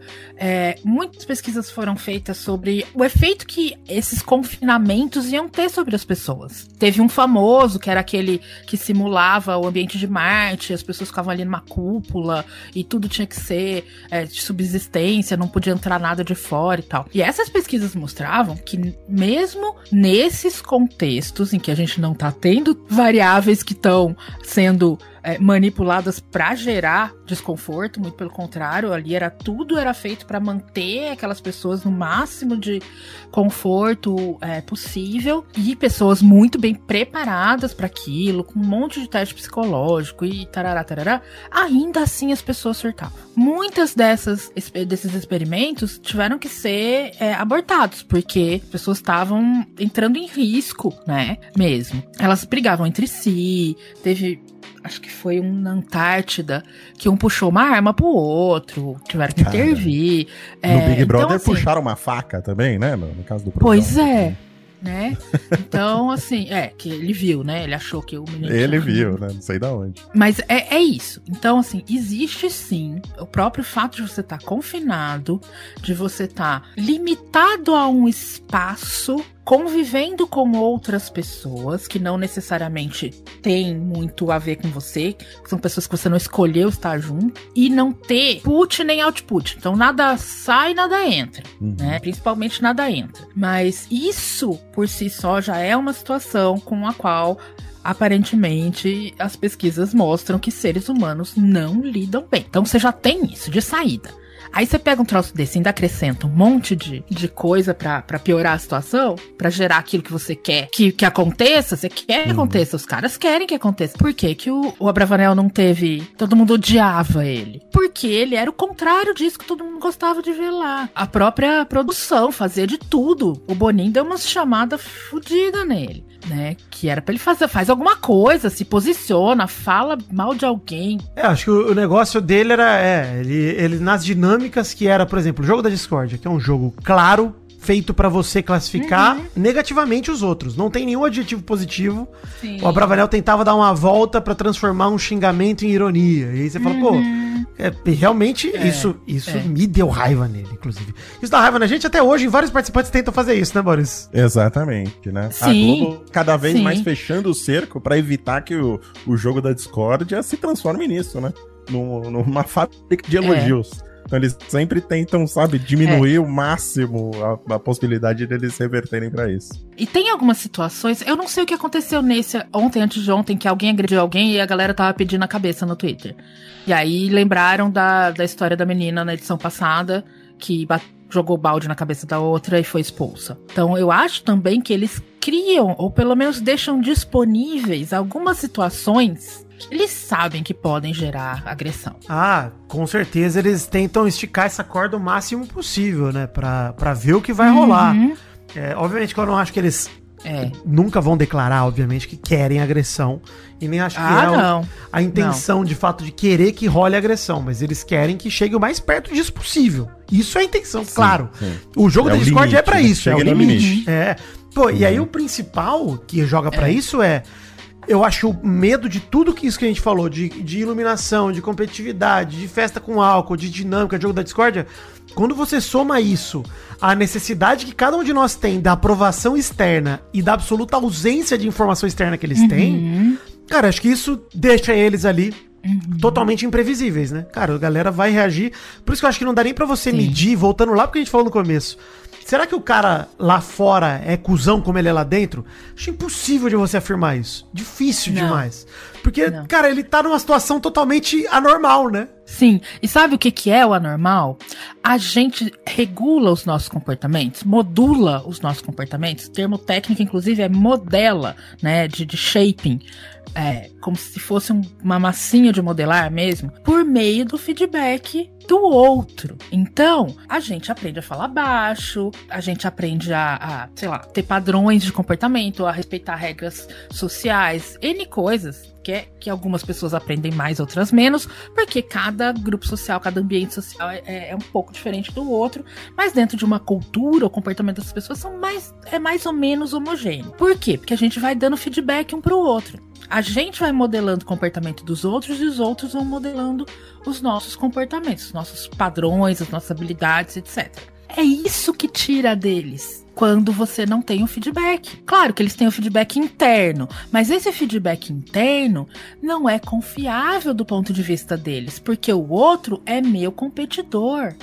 Muitas pesquisas foram feitas sobre o efeito que esses confinamentos iam ter sobre as pessoas. Teve um famoso, que era aquele que simulava o ambiente de Marte, as pessoas ficavam ali numa cúpula e tudo tinha que ser de subsistência, não podia entrar nada de fora e tal. E essas pesquisas mostravam que mesmo nesses contextos em que a gente não tá tendo variáveis que estão sendo manipuladas para gerar desconforto, muito pelo contrário, ali tudo era feito para manter aquelas pessoas no máximo de conforto possível, e pessoas muito bem preparadas para aquilo, com um monte de teste psicológico e tarará, ainda assim as pessoas surtavam. Muitas desses experimentos tiveram que ser abortados, porque as pessoas estavam entrando em risco, né, mesmo. Elas brigavam entre si, acho que foi na Antártida, que um puxou uma arma pro outro, tiveram que intervir. No Big Brother então, assim, puxaram uma faca também, né? No caso do programa. Pois é, né? Então, assim, que ele viu, né? Ele achou que o menino... Ele viu, né? Não sei da onde. Mas é isso. Então, assim, existe sim o próprio fato de você estar confinado, de você estar limitado a um espaço, convivendo com outras pessoas que não necessariamente têm muito a ver com você, que são pessoas que você não escolheu estar junto, e não ter put nem output. Então nada sai, nada entra, né? Principalmente nada entra. Mas isso por si só já é uma situação com a qual aparentemente as pesquisas mostram que seres humanos não lidam bem. Então você já tem isso de saída. Aí você pega um troço desse e ainda acrescenta um monte de coisa pra piorar a situação, pra gerar aquilo que você quer que aconteça. Você quer que aconteça, os caras querem que aconteça. Por que que o Abravanel não teve... Todo mundo odiava ele? Porque ele era o contrário disso que todo mundo gostava de ver lá. A própria produção fazia de tudo. O Boninho deu uma chamada fodida nele, né? Que era pra ele faz alguma coisa, se posiciona, fala mal de alguém. Acho que o negócio dele era, ele nas dinâmicas que era, por exemplo, o jogo da discórdia, que é um jogo claro, feito pra você classificar negativamente os outros. Não tem nenhum adjetivo positivo. Sim. O Abravanel tentava dar uma volta pra transformar um xingamento em ironia. E aí você fala, pô, realmente isso me deu raiva nele, inclusive. Isso dá raiva na gente até hoje, e vários participantes tentam fazer isso, né, Boris? Exatamente, né? Sim. A Globo cada vez mais fechando o cerco pra evitar que o jogo da discórdia se transforme nisso, né? Numa fábrica de elogios. Então eles sempre tentam, sabe, diminuir o máximo a possibilidade deles reverterem pra isso. E tem algumas situações, eu não sei o que aconteceu antes de ontem, que alguém agrediu alguém e a galera tava pedindo a cabeça no Twitter. E aí lembraram da história da menina na edição passada, que jogou balde na cabeça da outra e foi expulsa. Então eu acho também que eles criam, ou pelo menos deixam disponíveis algumas situações que eles sabem que podem gerar agressão. Ah, com certeza eles tentam esticar essa corda o máximo possível, né? Pra ver o que vai rolar. Obviamente que eu não acho que eles nunca vão declarar, obviamente, que querem agressão. E nem acho que a intenção, de fato, de querer que role agressão. Mas eles querem que chegue o mais perto disso possível. Isso é a intenção, claro. Sim. O jogo da Discord limite, é pra isso, é o limite. Pô, e aí o principal que joga pra isso eu acho o medo de tudo isso que a gente falou, de iluminação, de competitividade, de festa com álcool, de dinâmica, de jogo da discórdia. Quando você soma isso à necessidade que cada um de nós tem da aprovação externa e da absoluta ausência de informação externa que eles têm, cara, acho que isso deixa eles ali totalmente imprevisíveis, né? Cara, a galera vai reagir. Por isso que eu acho que não dá nem pra você medir, voltando lá porque a gente falou no começo. Será que o cara lá fora é cuzão como ele é lá dentro? Acho impossível de você afirmar isso. Difícil demais. Porque, cara, ele tá numa situação totalmente anormal, né? Sim. E sabe o que é o anormal? A gente regula os nossos comportamentos, modula os nossos comportamentos. O termo técnico, inclusive, é modela, né? De shaping. Como se fosse uma massinha de modelar mesmo, por meio do feedback do outro. Então, a gente aprende a falar baixo, a gente aprende a sei lá, ter padrões de comportamento, a respeitar regras sociais, N coisas que algumas pessoas aprendem mais, outras menos, porque cada grupo social, cada ambiente social é um pouco diferente do outro, mas dentro de uma cultura, o comportamento das pessoas é mais ou menos homogêneo. Por quê? Porque a gente vai dando feedback um pro outro. A gente vai modelando o comportamento dos outros e os outros vão modelando os nossos comportamentos, os nossos padrões, as nossas habilidades, etc. É isso que tira deles quando você não tem o feedback. Claro que eles têm o feedback interno, mas esse feedback interno não é confiável do ponto de vista deles, porque o outro é meu competidor.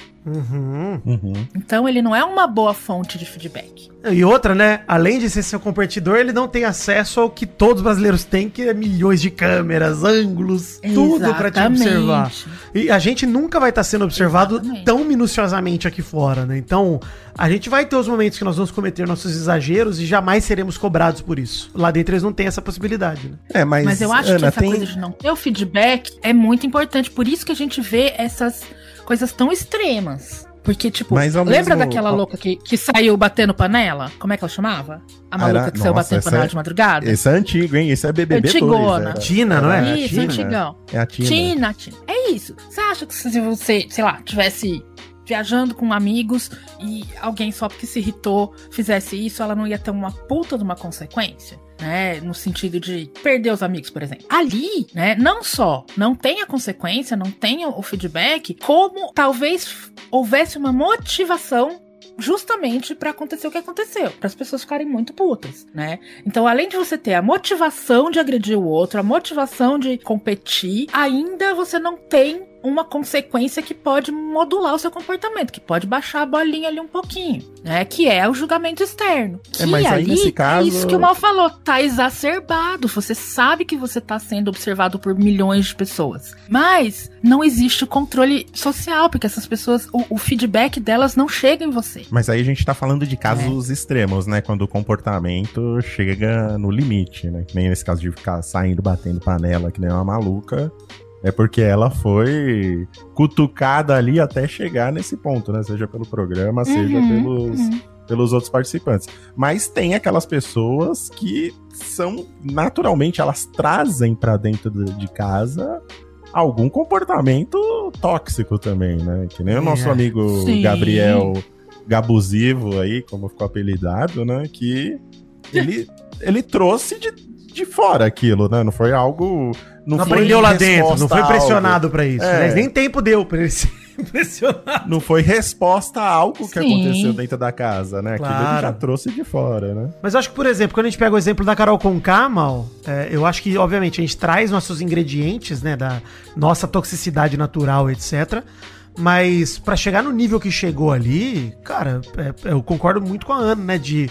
Então ele não é uma boa fonte de feedback. E outra, né? Além de ser seu competidor, ele não tem acesso ao que todos os brasileiros têm, que é milhões de câmeras, ângulos, tudo pra te observar. E a gente nunca vai estar sendo observado tão minuciosamente aqui fora, né? Então, a gente vai ter os momentos que nós vamos cometer nossos exageros e jamais seremos cobrados por isso. Lá dentro eles não têm essa possibilidade, né? Mas eu acho que essa coisa de não ter o feedback é muito importante. Por isso que a gente vê essas coisas tão extremas. Porque, tipo, lembra daquela louca que saiu batendo panela? Como é que ela chamava? A maluca que saiu batendo panela de madrugada? Esse é antigo, hein? Esse é BBB Antigona. 2. Tina, não é? Isso, antigão. É a Tina. Tina. É isso. Você acha que se você, sei lá, tivesse viajando com amigos e alguém só porque se irritou fizesse isso, ela não ia ter uma puta de uma consequência? Né, no sentido de perder os amigos, por exemplo. Ali, né, não só não tem a consequência, não tem o feedback, como talvez houvesse uma motivação justamente pra acontecer o que aconteceu, para as pessoas ficarem muito putas, né? Então, além de você ter a motivação de agredir o outro, a motivação de competir, ainda você não tem uma consequência que pode modular o seu comportamento, que pode baixar a bolinha ali um pouquinho, né? Que é o julgamento externo. Que mas aí, nesse caso, é isso que o Mal falou, tá exacerbado. Você sabe que você tá sendo observado por milhões de pessoas. Mas não existe o controle social, porque essas pessoas, o feedback delas não chega em você. Mas aí a gente tá falando de casos extremos, né? Quando o comportamento chega no limite, né? Que nem nesse caso de ficar saindo, batendo panela, que nem uma maluca. É porque ela foi cutucada ali até chegar nesse ponto, né? Seja pelo programa, seja pelos outros participantes. Mas tem aquelas pessoas que são, naturalmente, elas trazem pra dentro de casa algum comportamento tóxico também, né? Que nem o nosso amigo Gabriel Gabusivo aí, como ficou apelidado, né? Que ele trouxe de fora aquilo, né? Não foi algo... Não aprendeu lá dentro, não foi pressionado pra isso. Mas nem tempo deu pra ele ser pressionado. Não foi resposta a algo que aconteceu dentro da casa, né? Claro. Aquilo ele já trouxe de fora, né? Mas eu acho que, por exemplo, quando a gente pega o exemplo da Carol Conká, Mal, eu acho que, obviamente, a gente traz nossos ingredientes, né? Da nossa toxicidade natural, etc. Mas pra chegar no nível que chegou ali, cara, eu concordo muito com a Ana, né?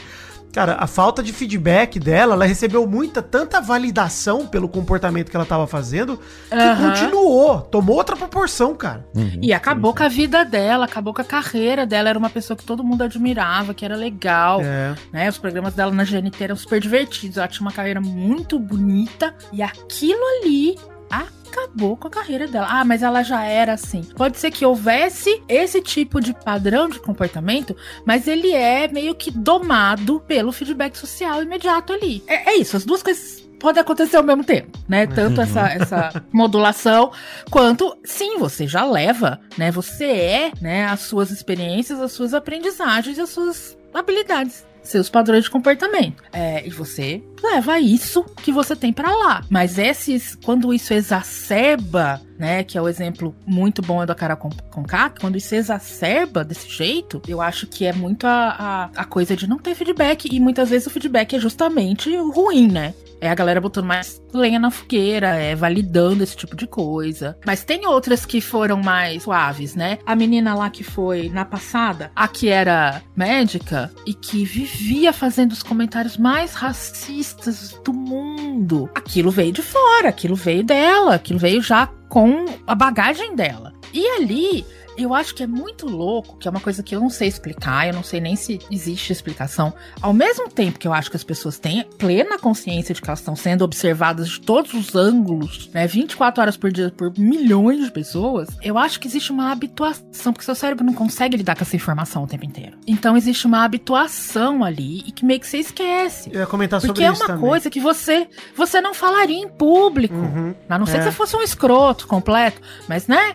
Cara, a falta de feedback dela, ela recebeu tanta validação pelo comportamento que ela tava fazendo, que continuou, tomou outra proporção, cara. E acabou com a vida dela, acabou com a carreira dela, era uma pessoa que todo mundo admirava, que era legal, né? Os programas dela na GNT eram super divertidos, ela tinha uma carreira muito bonita, e aquilo ali acabou com a carreira dela. Ah, mas ela já era assim. Pode ser que houvesse esse tipo de padrão de comportamento, mas ele é meio que domado pelo feedback social imediato ali. É isso, as duas coisas podem acontecer ao mesmo tempo, né? Tanto essa modulação, quanto, sim, você já leva, né? Você né, as suas experiências, as suas aprendizagens, as suas habilidades, seus padrões de comportamento. E você leva isso que você tem pra lá. Mas quando isso exacerba, né, que é o exemplo muito bom da Carol Conká, quando isso exacerba desse jeito, eu acho que é muito a coisa de não ter feedback, e muitas vezes o feedback é justamente ruim, né? É a galera botando mais lenha na fogueira, validando esse tipo de coisa. Mas tem outras que foram mais suaves, né? A menina lá que foi na passada, a que era médica e que vivia fazendo os comentários mais racistas do mundo. Aquilo veio de fora, aquilo veio dela, aquilo veio já com a bagagem dela. E ali, eu acho que é muito louco, que é uma coisa que eu não sei explicar, eu não sei nem se existe explicação. Ao mesmo tempo que eu acho que as pessoas têm plena consciência de que elas estão sendo observadas de todos os ângulos, né, 24 horas por dia por milhões de pessoas, eu acho que existe uma habituação, porque seu cérebro não consegue lidar com essa informação o tempo inteiro. Então existe uma habituação ali e que meio que você esquece. Eu ia comentar sobre porque isso é uma coisa que você não falaria em público, a não ser que você fosse um escroto completo, mas né?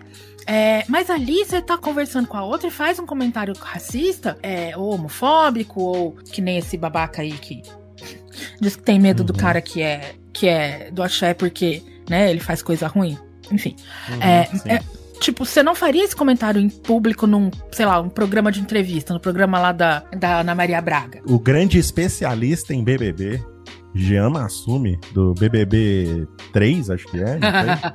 Mas ali você tá conversando com a outra e faz um comentário racista, ou homofóbico, ou que nem esse babaca aí que diz que tem medo do cara que é do axé porque, né, ele faz coisa ruim. Enfim. Tipo, você não faria esse comentário em público num, sei lá, um programa de entrevista, no programa lá da Ana Maria Braga. O grande especialista em BBB, Jean Massumi, do BBB 3, acho que é, não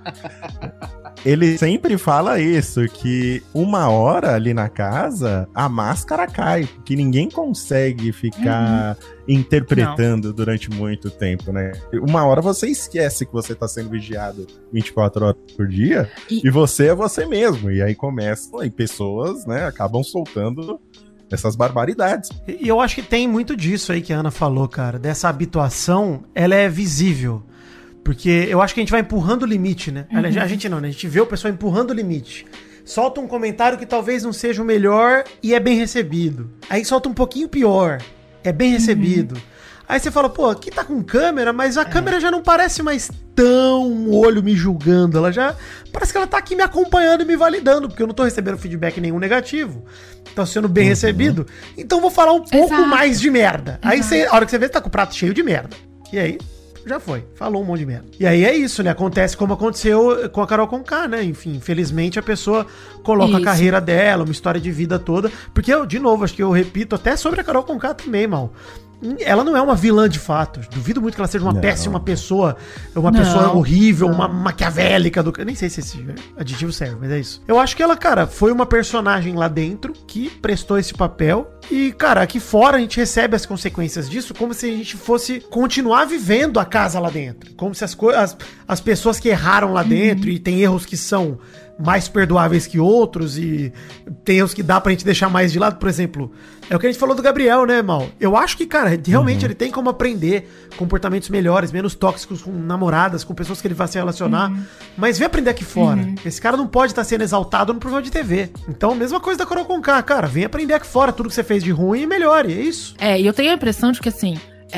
sei. Ele sempre fala isso, que uma hora ali na casa, a máscara cai, que ninguém consegue ficar interpretando durante muito tempo, né? Uma hora você esquece que você tá sendo vigiado 24 horas por dia, e você é você mesmo, e aí começam, e pessoas, né, acabam soltando essas barbaridades. E eu acho que tem muito disso aí que a Ana falou, cara, dessa habituação, ela é visível. Porque eu acho que a gente vai empurrando o limite, né? A gente não, né? A gente vê o pessoal empurrando o limite. Solta um comentário que talvez não seja o melhor e é bem recebido. Aí solta um pouquinho pior, é bem recebido. Aí você fala, pô, aqui tá com câmera, mas a câmera já não parece mais tão um olho me julgando. Ela já parece que ela tá aqui me acompanhando e me validando, porque eu não tô recebendo feedback nenhum negativo. Tá sendo bem recebido. Então vou falar um pouco mais de merda. Aí a hora que você vê, tá com o prato cheio de merda. E aí... já foi, falou um monte de merda. E aí é isso, né? Acontece como aconteceu com a Carol Conká, né? Enfim, infelizmente a pessoa coloca a carreira dela, uma história de vida toda. Porque eu, de novo, acho que eu repito até sobre a Carol Conká também, mal. Ela não é uma vilã de fato. Duvido muito que ela seja uma péssima pessoa, uma pessoa horrível, uma maquiavélica do... Eu nem sei se esse adjetivo serve, mas é isso. Eu acho que ela, cara, foi uma personagem lá dentro que prestou esse papel. E, cara, aqui fora a gente recebe as consequências disso como se a gente fosse continuar vivendo a casa lá dentro. Como se as pessoas que erraram lá dentro, e tem erros que são mais perdoáveis que outros, e tem erros que dá pra gente deixar mais de lado. Por exemplo, é o que a gente falou do Gabriel, né, Mal? Eu acho que, cara, realmente ele tem como aprender comportamentos melhores, menos tóxicos com namoradas, com pessoas que ele vai se relacionar. Mas vem aprender aqui fora. Esse cara não pode estar sendo exaltado no programa de TV. Então, mesma coisa da Carol Conká, cara. Vem aprender aqui fora tudo que você fez de ruim e melhore. É isso. E eu tenho a impressão de que, assim,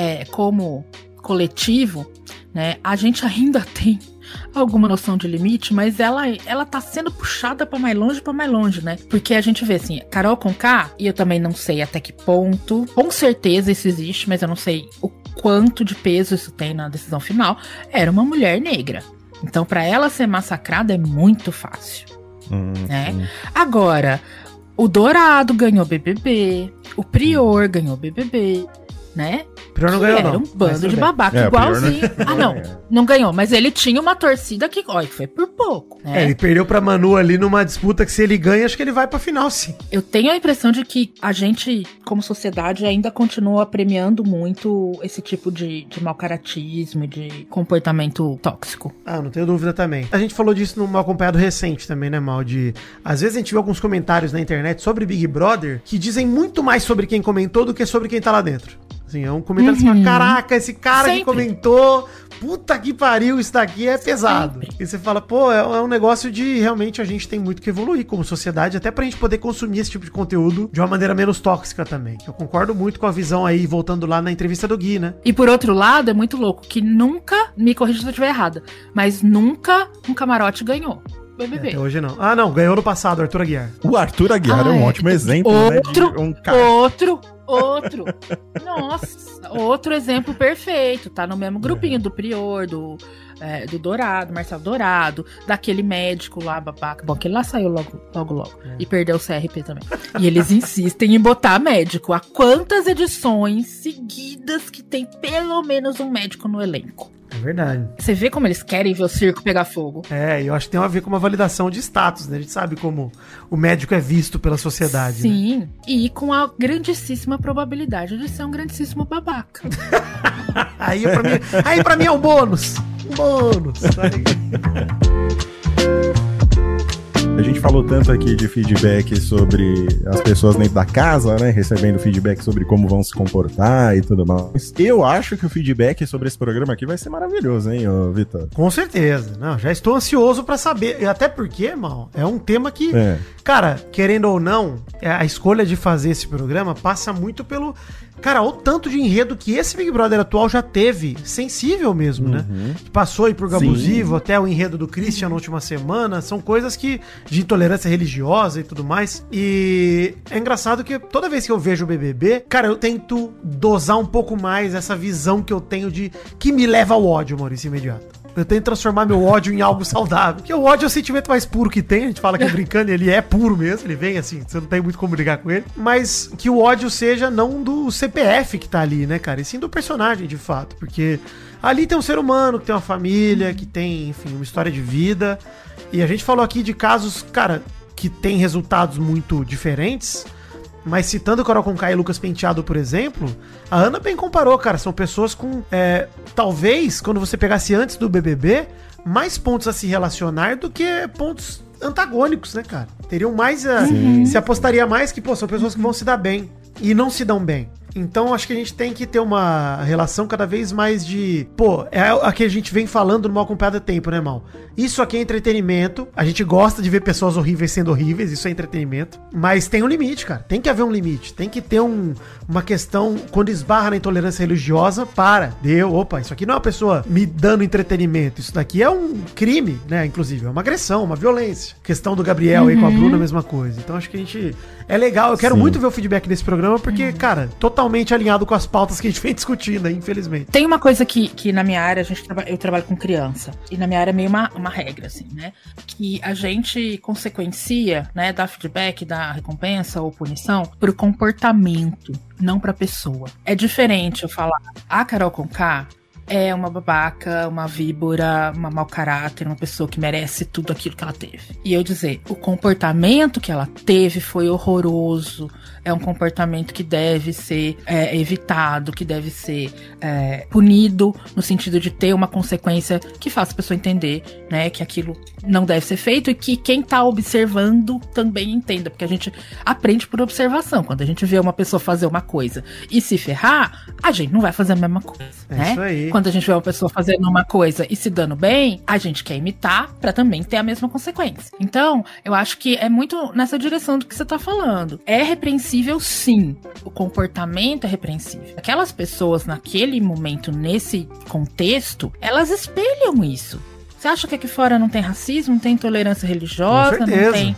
como coletivo, né, a gente ainda tem alguma noção de limite, mas ela tá sendo puxada pra mais longe, né? Porque a gente vê assim, Carol Conká, e eu também não sei até que ponto, com certeza isso existe, mas eu não sei o quanto de peso isso tem na decisão final, era uma mulher negra. Então, pra ela ser massacrada é muito fácil, né? Agora, o Dourado ganhou BBB, o Prior ganhou BBB, né? Prior não ganhou, era um bando de babaca igualzinho. Não ganhou, mas ele tinha uma torcida que, olha, foi por pouco, né? Ele perdeu pra Manu ali numa disputa que se ele ganha, acho que ele vai pra final, sim. Eu tenho a impressão de que a gente, como sociedade, ainda continua premiando muito esse tipo de mau caratismo, de comportamento tóxico. Não tenho dúvida também. A gente falou disso num Mal Acompanhado recente também, né, Mal? Às vezes a gente vê alguns comentários na internet sobre Big Brother que dizem muito mais sobre quem comentou do que sobre quem tá lá dentro. Assim, é um comentário que você fala, caraca, esse cara que comentou, puta que pariu, isso daqui é pesado. E você fala, pô, é um negócio de realmente a gente tem muito que evoluir como sociedade, até pra gente poder consumir esse tipo de conteúdo de uma maneira menos tóxica também. Eu concordo muito com a visão aí, voltando lá na entrevista do Gui, né? E por outro lado, é muito louco que nunca, me corrija se eu estiver errada, mas nunca um camarote ganhou. BBB. Até hoje não. Não, ganhou no passado, Arthur Aguiar. O Arthur Aguiar é um ótimo exemplo, Outro. Nossa, outro exemplo perfeito. Tá no mesmo grupinho do Prior, do Dourado, Marcelo Dourado, daquele médico lá, babaca. Bom, aquele lá saiu logo. E perdeu o CRP também. E eles insistem em botar médico. Há quantas edições seguidas que tem pelo menos um médico no elenco? É verdade. Você vê como eles querem ver o circo pegar fogo. E eu acho que tem a ver com uma validação de status, né? A gente sabe como o médico é visto pela sociedade. Sim, né? E com a grandíssima probabilidade de ser um grandíssimo babaca. Aí pra mim é um bônus. A gente falou tanto aqui de feedback sobre as pessoas dentro da casa, né? Recebendo feedback sobre como vão se comportar e tudo mais. Eu acho que o feedback sobre esse programa aqui vai ser maravilhoso, hein, Vitor? Com certeza. Não, já estou ansioso pra saber. E até porque, mal, é um tema que, cara, querendo ou não, a escolha de fazer esse programa passa muito pelo... Cara, o tanto de enredo que esse Big Brother atual já teve, sensível mesmo, né? Passou aí por abusivo, até o enredo do Christian na última semana, são coisas que de intolerância religiosa e tudo mais. E é engraçado que toda vez que eu vejo o BBB, cara, eu tento dosar um pouco mais essa visão que eu tenho de que me leva ao ódio, Maurício, imediato. Eu tento transformar meu ódio em algo saudável. Porque o ódio é o sentimento mais puro que tem. A gente fala que é brincando, ele é puro mesmo. Ele vem assim, você não tem muito como brigar com ele. Mas que o ódio seja não do CPF que tá ali, né, cara? E sim do personagem, de fato. Porque ali tem um ser humano, que tem uma família, que tem, enfim, uma história de vida. E a gente falou aqui de casos, cara, que tem resultados muito diferentes. Mas citando Carol Conká e Lucas Penteado, por exemplo, a Ana bem comparou, cara. São pessoas com, talvez, quando você pegasse antes do BBB, mais pontos a se relacionar do que pontos antagônicos, né, cara? Teriam mais se apostaria mais que, pô, são pessoas que vão se dar bem e não se dão bem. Então, acho que a gente tem que ter uma relação cada vez mais de... Pô, é a que a gente vem falando no Mal Acompanhado há tempo, né, Mal? Isso aqui é entretenimento. A gente gosta de ver pessoas horríveis sendo horríveis. Isso é entretenimento. Mas tem um limite, cara. Tem que haver um limite. Tem que ter uma questão... Quando esbarra na intolerância religiosa, opa, isso aqui não é uma pessoa me dando entretenimento. Isso daqui é um crime, né? Inclusive, é uma agressão, uma violência. Questão do Gabriel aí com a Bruna, a mesma coisa. Então, acho que a gente... É legal. Eu quero muito ver o feedback desse programa, porque, cara, totalmente alinhado com as pautas que a gente vem discutindo aí, infelizmente. Tem uma coisa que na minha área, eu trabalho com criança, e na minha área é meio uma regra, assim, né? Que a gente consequencia, né, dá feedback, dá recompensa ou punição por comportamento, não pra pessoa. É diferente eu falar, a Carol Conká é uma babaca, uma víbora, uma mau caráter, uma pessoa que merece tudo aquilo que ela teve. E eu dizer, o comportamento que ela teve foi horroroso, é um comportamento que deve ser evitado, que deve ser punido, no sentido de ter uma consequência que faça a pessoa entender, né, que aquilo não deve ser feito e que quem tá observando também entenda, porque a gente aprende por observação. Quando a gente vê uma pessoa fazer uma coisa e se ferrar, a gente não vai fazer a mesma coisa, né? Isso aí. Quando a gente vê uma pessoa fazendo uma coisa e se dando bem, a gente quer imitar pra também ter a mesma consequência. Então, eu acho que é muito nessa direção do que você tá falando. É repreensível, sim. O comportamento é repreensível. Aquelas pessoas naquele momento, nesse contexto, elas espelham isso. Você acha que aqui fora não tem racismo, não tem intolerância religiosa, não tem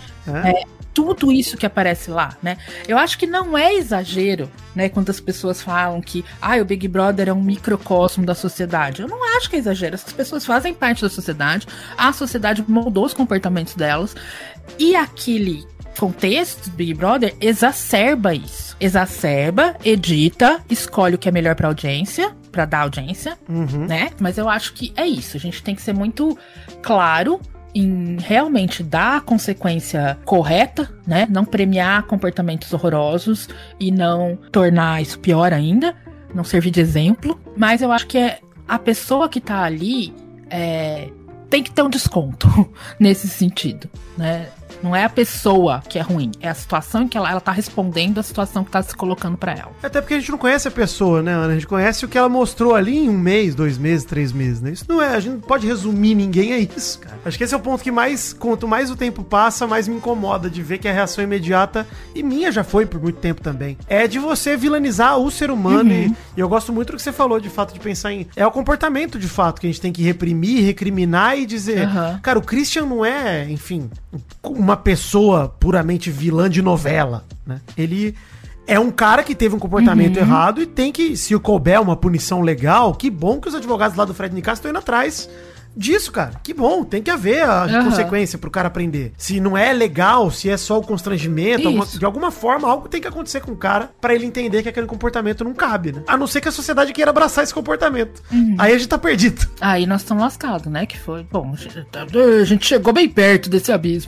tudo isso que aparece lá, né? Eu acho que não é exagero, né, quando as pessoas falam que o Big Brother é um microcosmo da sociedade. Eu não acho que é exagero. Essas pessoas fazem parte da sociedade, a sociedade moldou os comportamentos delas, e aquele contexto do Big Brother exacerba isso. Exacerba, edita, escolhe o que é melhor pra audiência, pra dar audiência, né? Mas eu acho que é isso. A gente tem que ser muito claro em realmente dar a consequência correta, né? Não premiar comportamentos horrorosos e não tornar isso pior ainda, não servir de exemplo. Mas eu acho que a pessoa que tá ali tem que ter um desconto nesse sentido, né? Não é a pessoa que é ruim, é a situação em que ela tá respondendo à situação que tá se colocando pra ela. Até porque a gente não conhece a pessoa, né, Ana? A gente conhece o que ela mostrou ali em 1 mês, 2 meses, 3 meses, né? Isso não é, a gente não pode resumir ninguém a isso, cara. Acho que esse é o ponto que quanto mais o tempo passa, mais me incomoda de ver que a reação imediata, e minha já foi por muito tempo também, é de você vilanizar o ser humano. E eu gosto muito do que você falou, de fato, de pensar em... É o comportamento, de fato, que a gente tem que reprimir, recriminar e dizer... Cara, o Christian não é, enfim, uma pessoa puramente vilã de novela, né? Ele é um cara que teve um comportamento errado e tem que, se couber uma punição legal, que bom que os advogados lá do Fred Nicasso estão indo atrás disso, cara. Que bom, tem que haver a consequência pro cara aprender. Se não é legal, se é só o constrangimento, de alguma forma, algo tem que acontecer com o cara pra ele entender que aquele comportamento não cabe, né? A não ser que a sociedade queira abraçar esse comportamento. Aí a gente tá perdido. Aí nós estamos lascados, né? Que foi, bom, a gente chegou bem perto desse abismo.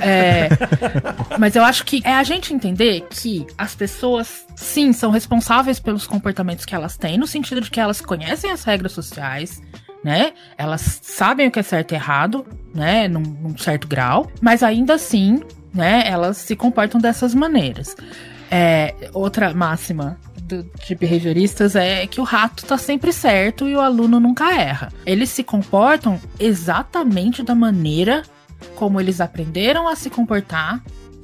Mas eu acho que é a gente entender que as pessoas, sim, são responsáveis pelos comportamentos que elas têm, no sentido de que elas conhecem as regras sociais, né? Elas sabem o que é certo e errado, né? Num certo grau, mas ainda assim, né? Elas se comportam dessas maneiras. Outra máxima de behavioristas é que o rato tá sempre certo e o aluno nunca erra. Eles se comportam exatamente da maneira como eles aprenderam a se comportar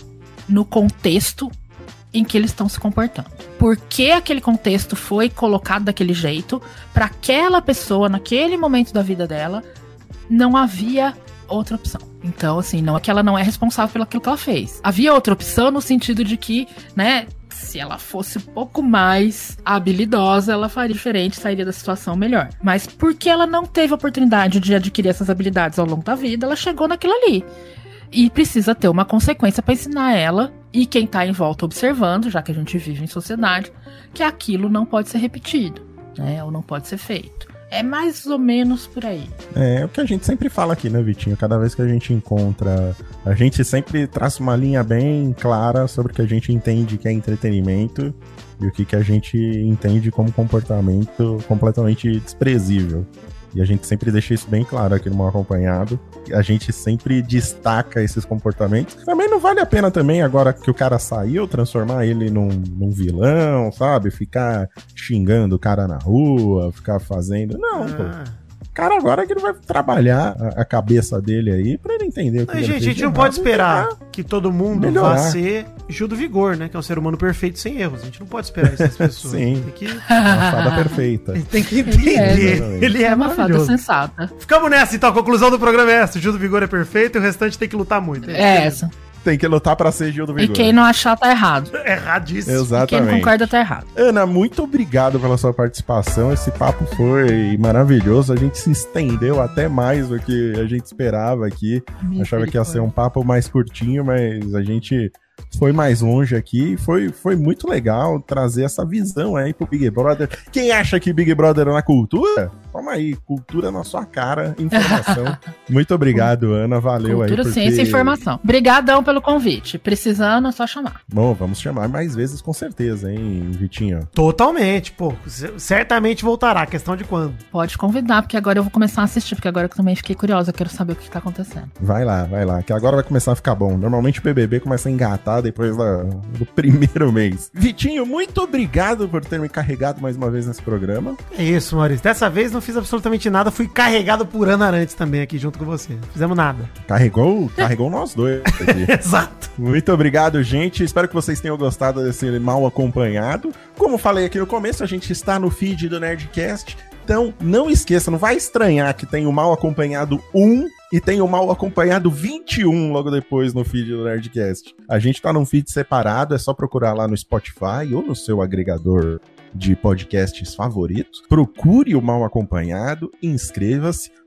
no contexto em que eles estão se comportando. Por que aquele contexto foi colocado daquele jeito? Para aquela pessoa, naquele momento da vida dela, não havia outra opção. Então, assim, não é que ela não é responsável pelo aquilo que ela fez. Havia outra opção no sentido de que, né, se ela fosse um pouco mais habilidosa, ela faria diferente, sairia da situação melhor. Mas porque ela não teve a oportunidade de adquirir essas habilidades ao longo da vida, ela chegou naquilo ali. E precisa ter uma consequência para ensinar ela e quem tá em volta observando, já que a gente vive em sociedade, que aquilo não pode ser repetido, né? Ou não pode ser feito. É mais ou menos por aí. É o que a gente sempre fala aqui, né, Vitinho? Cada vez que a gente encontra, a gente sempre traça uma linha bem clara sobre o que a gente entende que é entretenimento e o que a gente entende como comportamento completamente desprezível. E a gente sempre deixa isso bem claro aqui no Mal Acompanhado. A gente sempre destaca esses comportamentos. Também não vale a pena também, agora que o cara saiu, transformar ele num vilão, sabe? Ficar xingando o cara na rua, ficar fazendo... Não, pô. Cara, agora que ele vai trabalhar a cabeça dele aí pra ele entender o que ele fez. A gente não pode esperar que todo mundo vá ser Gil do Vigor, né? Que é um ser humano perfeito sem erros. A gente não pode esperar isso das pessoas. Sim. Tem que... Uma fada perfeita. Tem que entender. Ele é uma fada sensata. Ficamos nessa, então. A conclusão do programa é essa. O Gil do Vigor é perfeito e o restante tem que lutar muito. É essa. Tem que lutar pra ser Gil do Vigor. E quem não achar tá errado. Erradíssimo. Exatamente. E quem não concorda tá errado. Ana, muito obrigado pela sua participação. Esse papo foi maravilhoso. A gente se estendeu até mais do que a gente esperava aqui. Achava que ia ser um papo mais curtinho, mas a gente foi mais longe aqui. Foi muito legal trazer essa visão aí pro Big Brother. Quem acha que Big Brother é na cultura? Toma aí, cultura na sua cara, informação. Muito obrigado, Ana, valeu cultura, aí. Cultura, ciência e informação. Obrigadão pelo convite. Precisando, é só chamar. Bom, vamos chamar mais vezes com certeza, hein, Vitinho? Totalmente, pô. Certamente voltará, questão de quando. Pode convidar, porque agora eu vou começar a assistir, porque agora eu também fiquei curiosa, eu quero saber o que tá acontecendo. Vai lá, que agora vai começar a ficar bom. Normalmente o BBB começa a engatar depois do primeiro mês. Vitinho, muito obrigado por ter me carregado mais uma vez nesse programa. É isso, Maurício. Dessa vez não fiz absolutamente nada, fui carregado por Ana Arantes também aqui junto com você. Não fizemos nada. Carregou nós dois aqui. Exato. Muito obrigado, gente. Espero que vocês tenham gostado desse Mal Acompanhado. Como falei aqui no começo, a gente está no feed do Nerdcast. Então, não esqueça, não vai estranhar que tem o Mal Acompanhado 1 e tem o Mal Acompanhado 21 logo depois no feed do Nerdcast. A gente tá num feed separado, é só procurar lá no Spotify ou no seu agregador de podcasts favoritos. Procure o Mal Acompanhado, inscreva-se,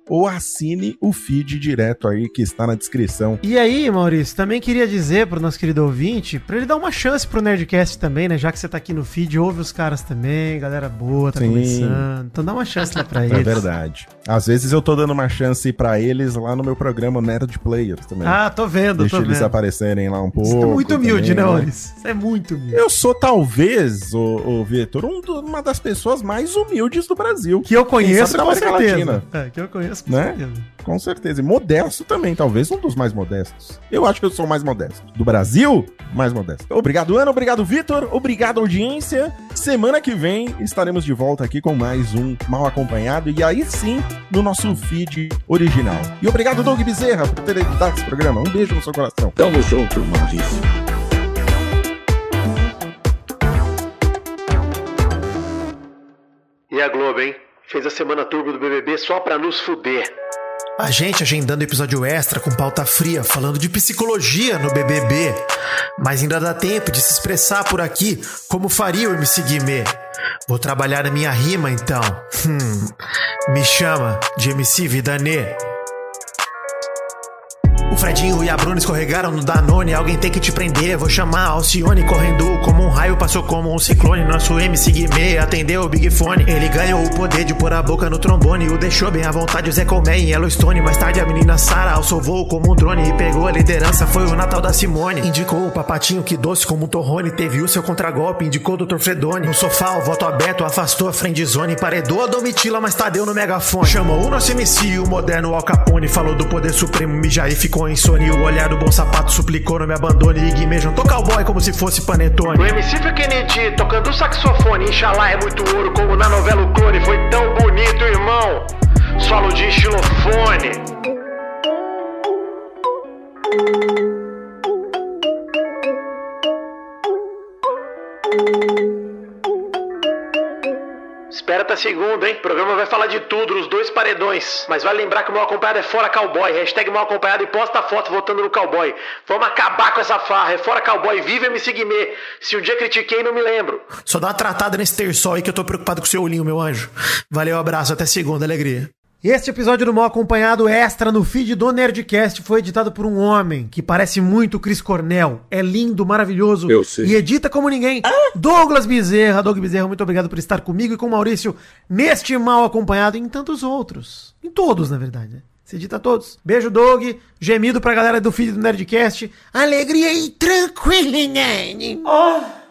ou assine o feed direto aí que está na descrição. E aí, Maurício, também queria dizer pro nosso querido ouvinte, pra ele dar uma chance pro Nerdcast também, né? Já que você tá aqui no feed, ouve os caras também, galera boa, tá começando. Então dá uma chance lá pra eles. É verdade. Às vezes eu tô dando uma chance pra eles lá no meu programa Nerd Players também. Ah, tô vendo, Deixa eles aparecerem lá um pouco. Você é muito humilde, também, né, Maurício? Você é muito humilde. Eu sou talvez, o Vitor, uma das pessoas mais humildes do Brasil. Que eu conheço, com certeza. Latina. Que eu conheço, com certeza. Com certeza. E modesto também, talvez um dos mais modestos. Eu acho que eu sou o mais modesto. Do Brasil, mais modesto. Obrigado, Ana. Obrigado, Vitor. Obrigado, audiência. Semana que vem estaremos de volta aqui com mais um Mal Acompanhado. E aí sim, no nosso feed original. E obrigado, Doug Bezerra, por ter editado esse programa. Um beijo no seu coração. Tamo junto, Maurício. E a Globo, hein? Fez a semana turbo do BBB só pra nos fuder. A gente agendando episódio extra com pauta fria, falando de psicologia no BBB. Mas ainda dá tempo de se expressar por aqui, como faria o MC Guimê. Vou trabalhar na minha rima, então. Me chama de MC Vidanê. O Fredinho e a Bruna escorregaram no Danone. Alguém tem que te prender, vou chamar a Alcione. Correndo como um raio, passou como um ciclone. Nosso MC Guimê atendeu o Big Fone. Ele ganhou o poder de pôr a boca no trombone. O deixou bem à vontade o Zé Colmé em Yellowstone. Mais tarde a menina Sara alçou voo como um drone e pegou a liderança, foi o Natal da Simone. Indicou o Papatinho que doce como um torrone. Teve o seu contragolpe, indicou o Dr. Fredone. No sofá o voto aberto afastou a friendzone. Paredou a Domitila, mas Tadeu no megafone. Chamou o nosso MC, o moderno Al Capone. Falou do poder supremo, Mijaí ficou insone. O olhar do bom sapato suplicou, não me abandone. E Guimê jantou cowboy como se fosse panetone. O MC foi Kennedy tocando saxofone. Inxalá é muito ouro como na novela O Clone. Foi tão bonito, irmão. Solo de xilofone. Espera até segunda, hein? O programa vai falar de tudo, os dois paredões. Mas vale lembrar que o Mal Acompanhado é fora cowboy. Hashtag Mal Acompanhado e posta a foto votando no cowboy. Vamos acabar com essa farra. É fora cowboy, vive MC Guimê. Se um dia critiquei, não me lembro. Só dá uma tratada nesse terçol aí que eu tô preocupado com o seu olhinho, meu anjo. Valeu, abraço, até segunda, alegria. Este episódio do Mal Acompanhado extra no feed do Nerdcast foi editado por um homem que parece muito o Chris Cornell. É lindo, maravilhoso. Eu sei. E edita como ninguém. Douglas Bezerra. Doug Bezerra, muito obrigado por estar comigo e com o Maurício neste Mal Acompanhado e em tantos outros. Em todos, na verdade, né? Você edita todos. Beijo, Doug. Gemido pra galera do feed do Nerdcast. Alegria e tranquilidade.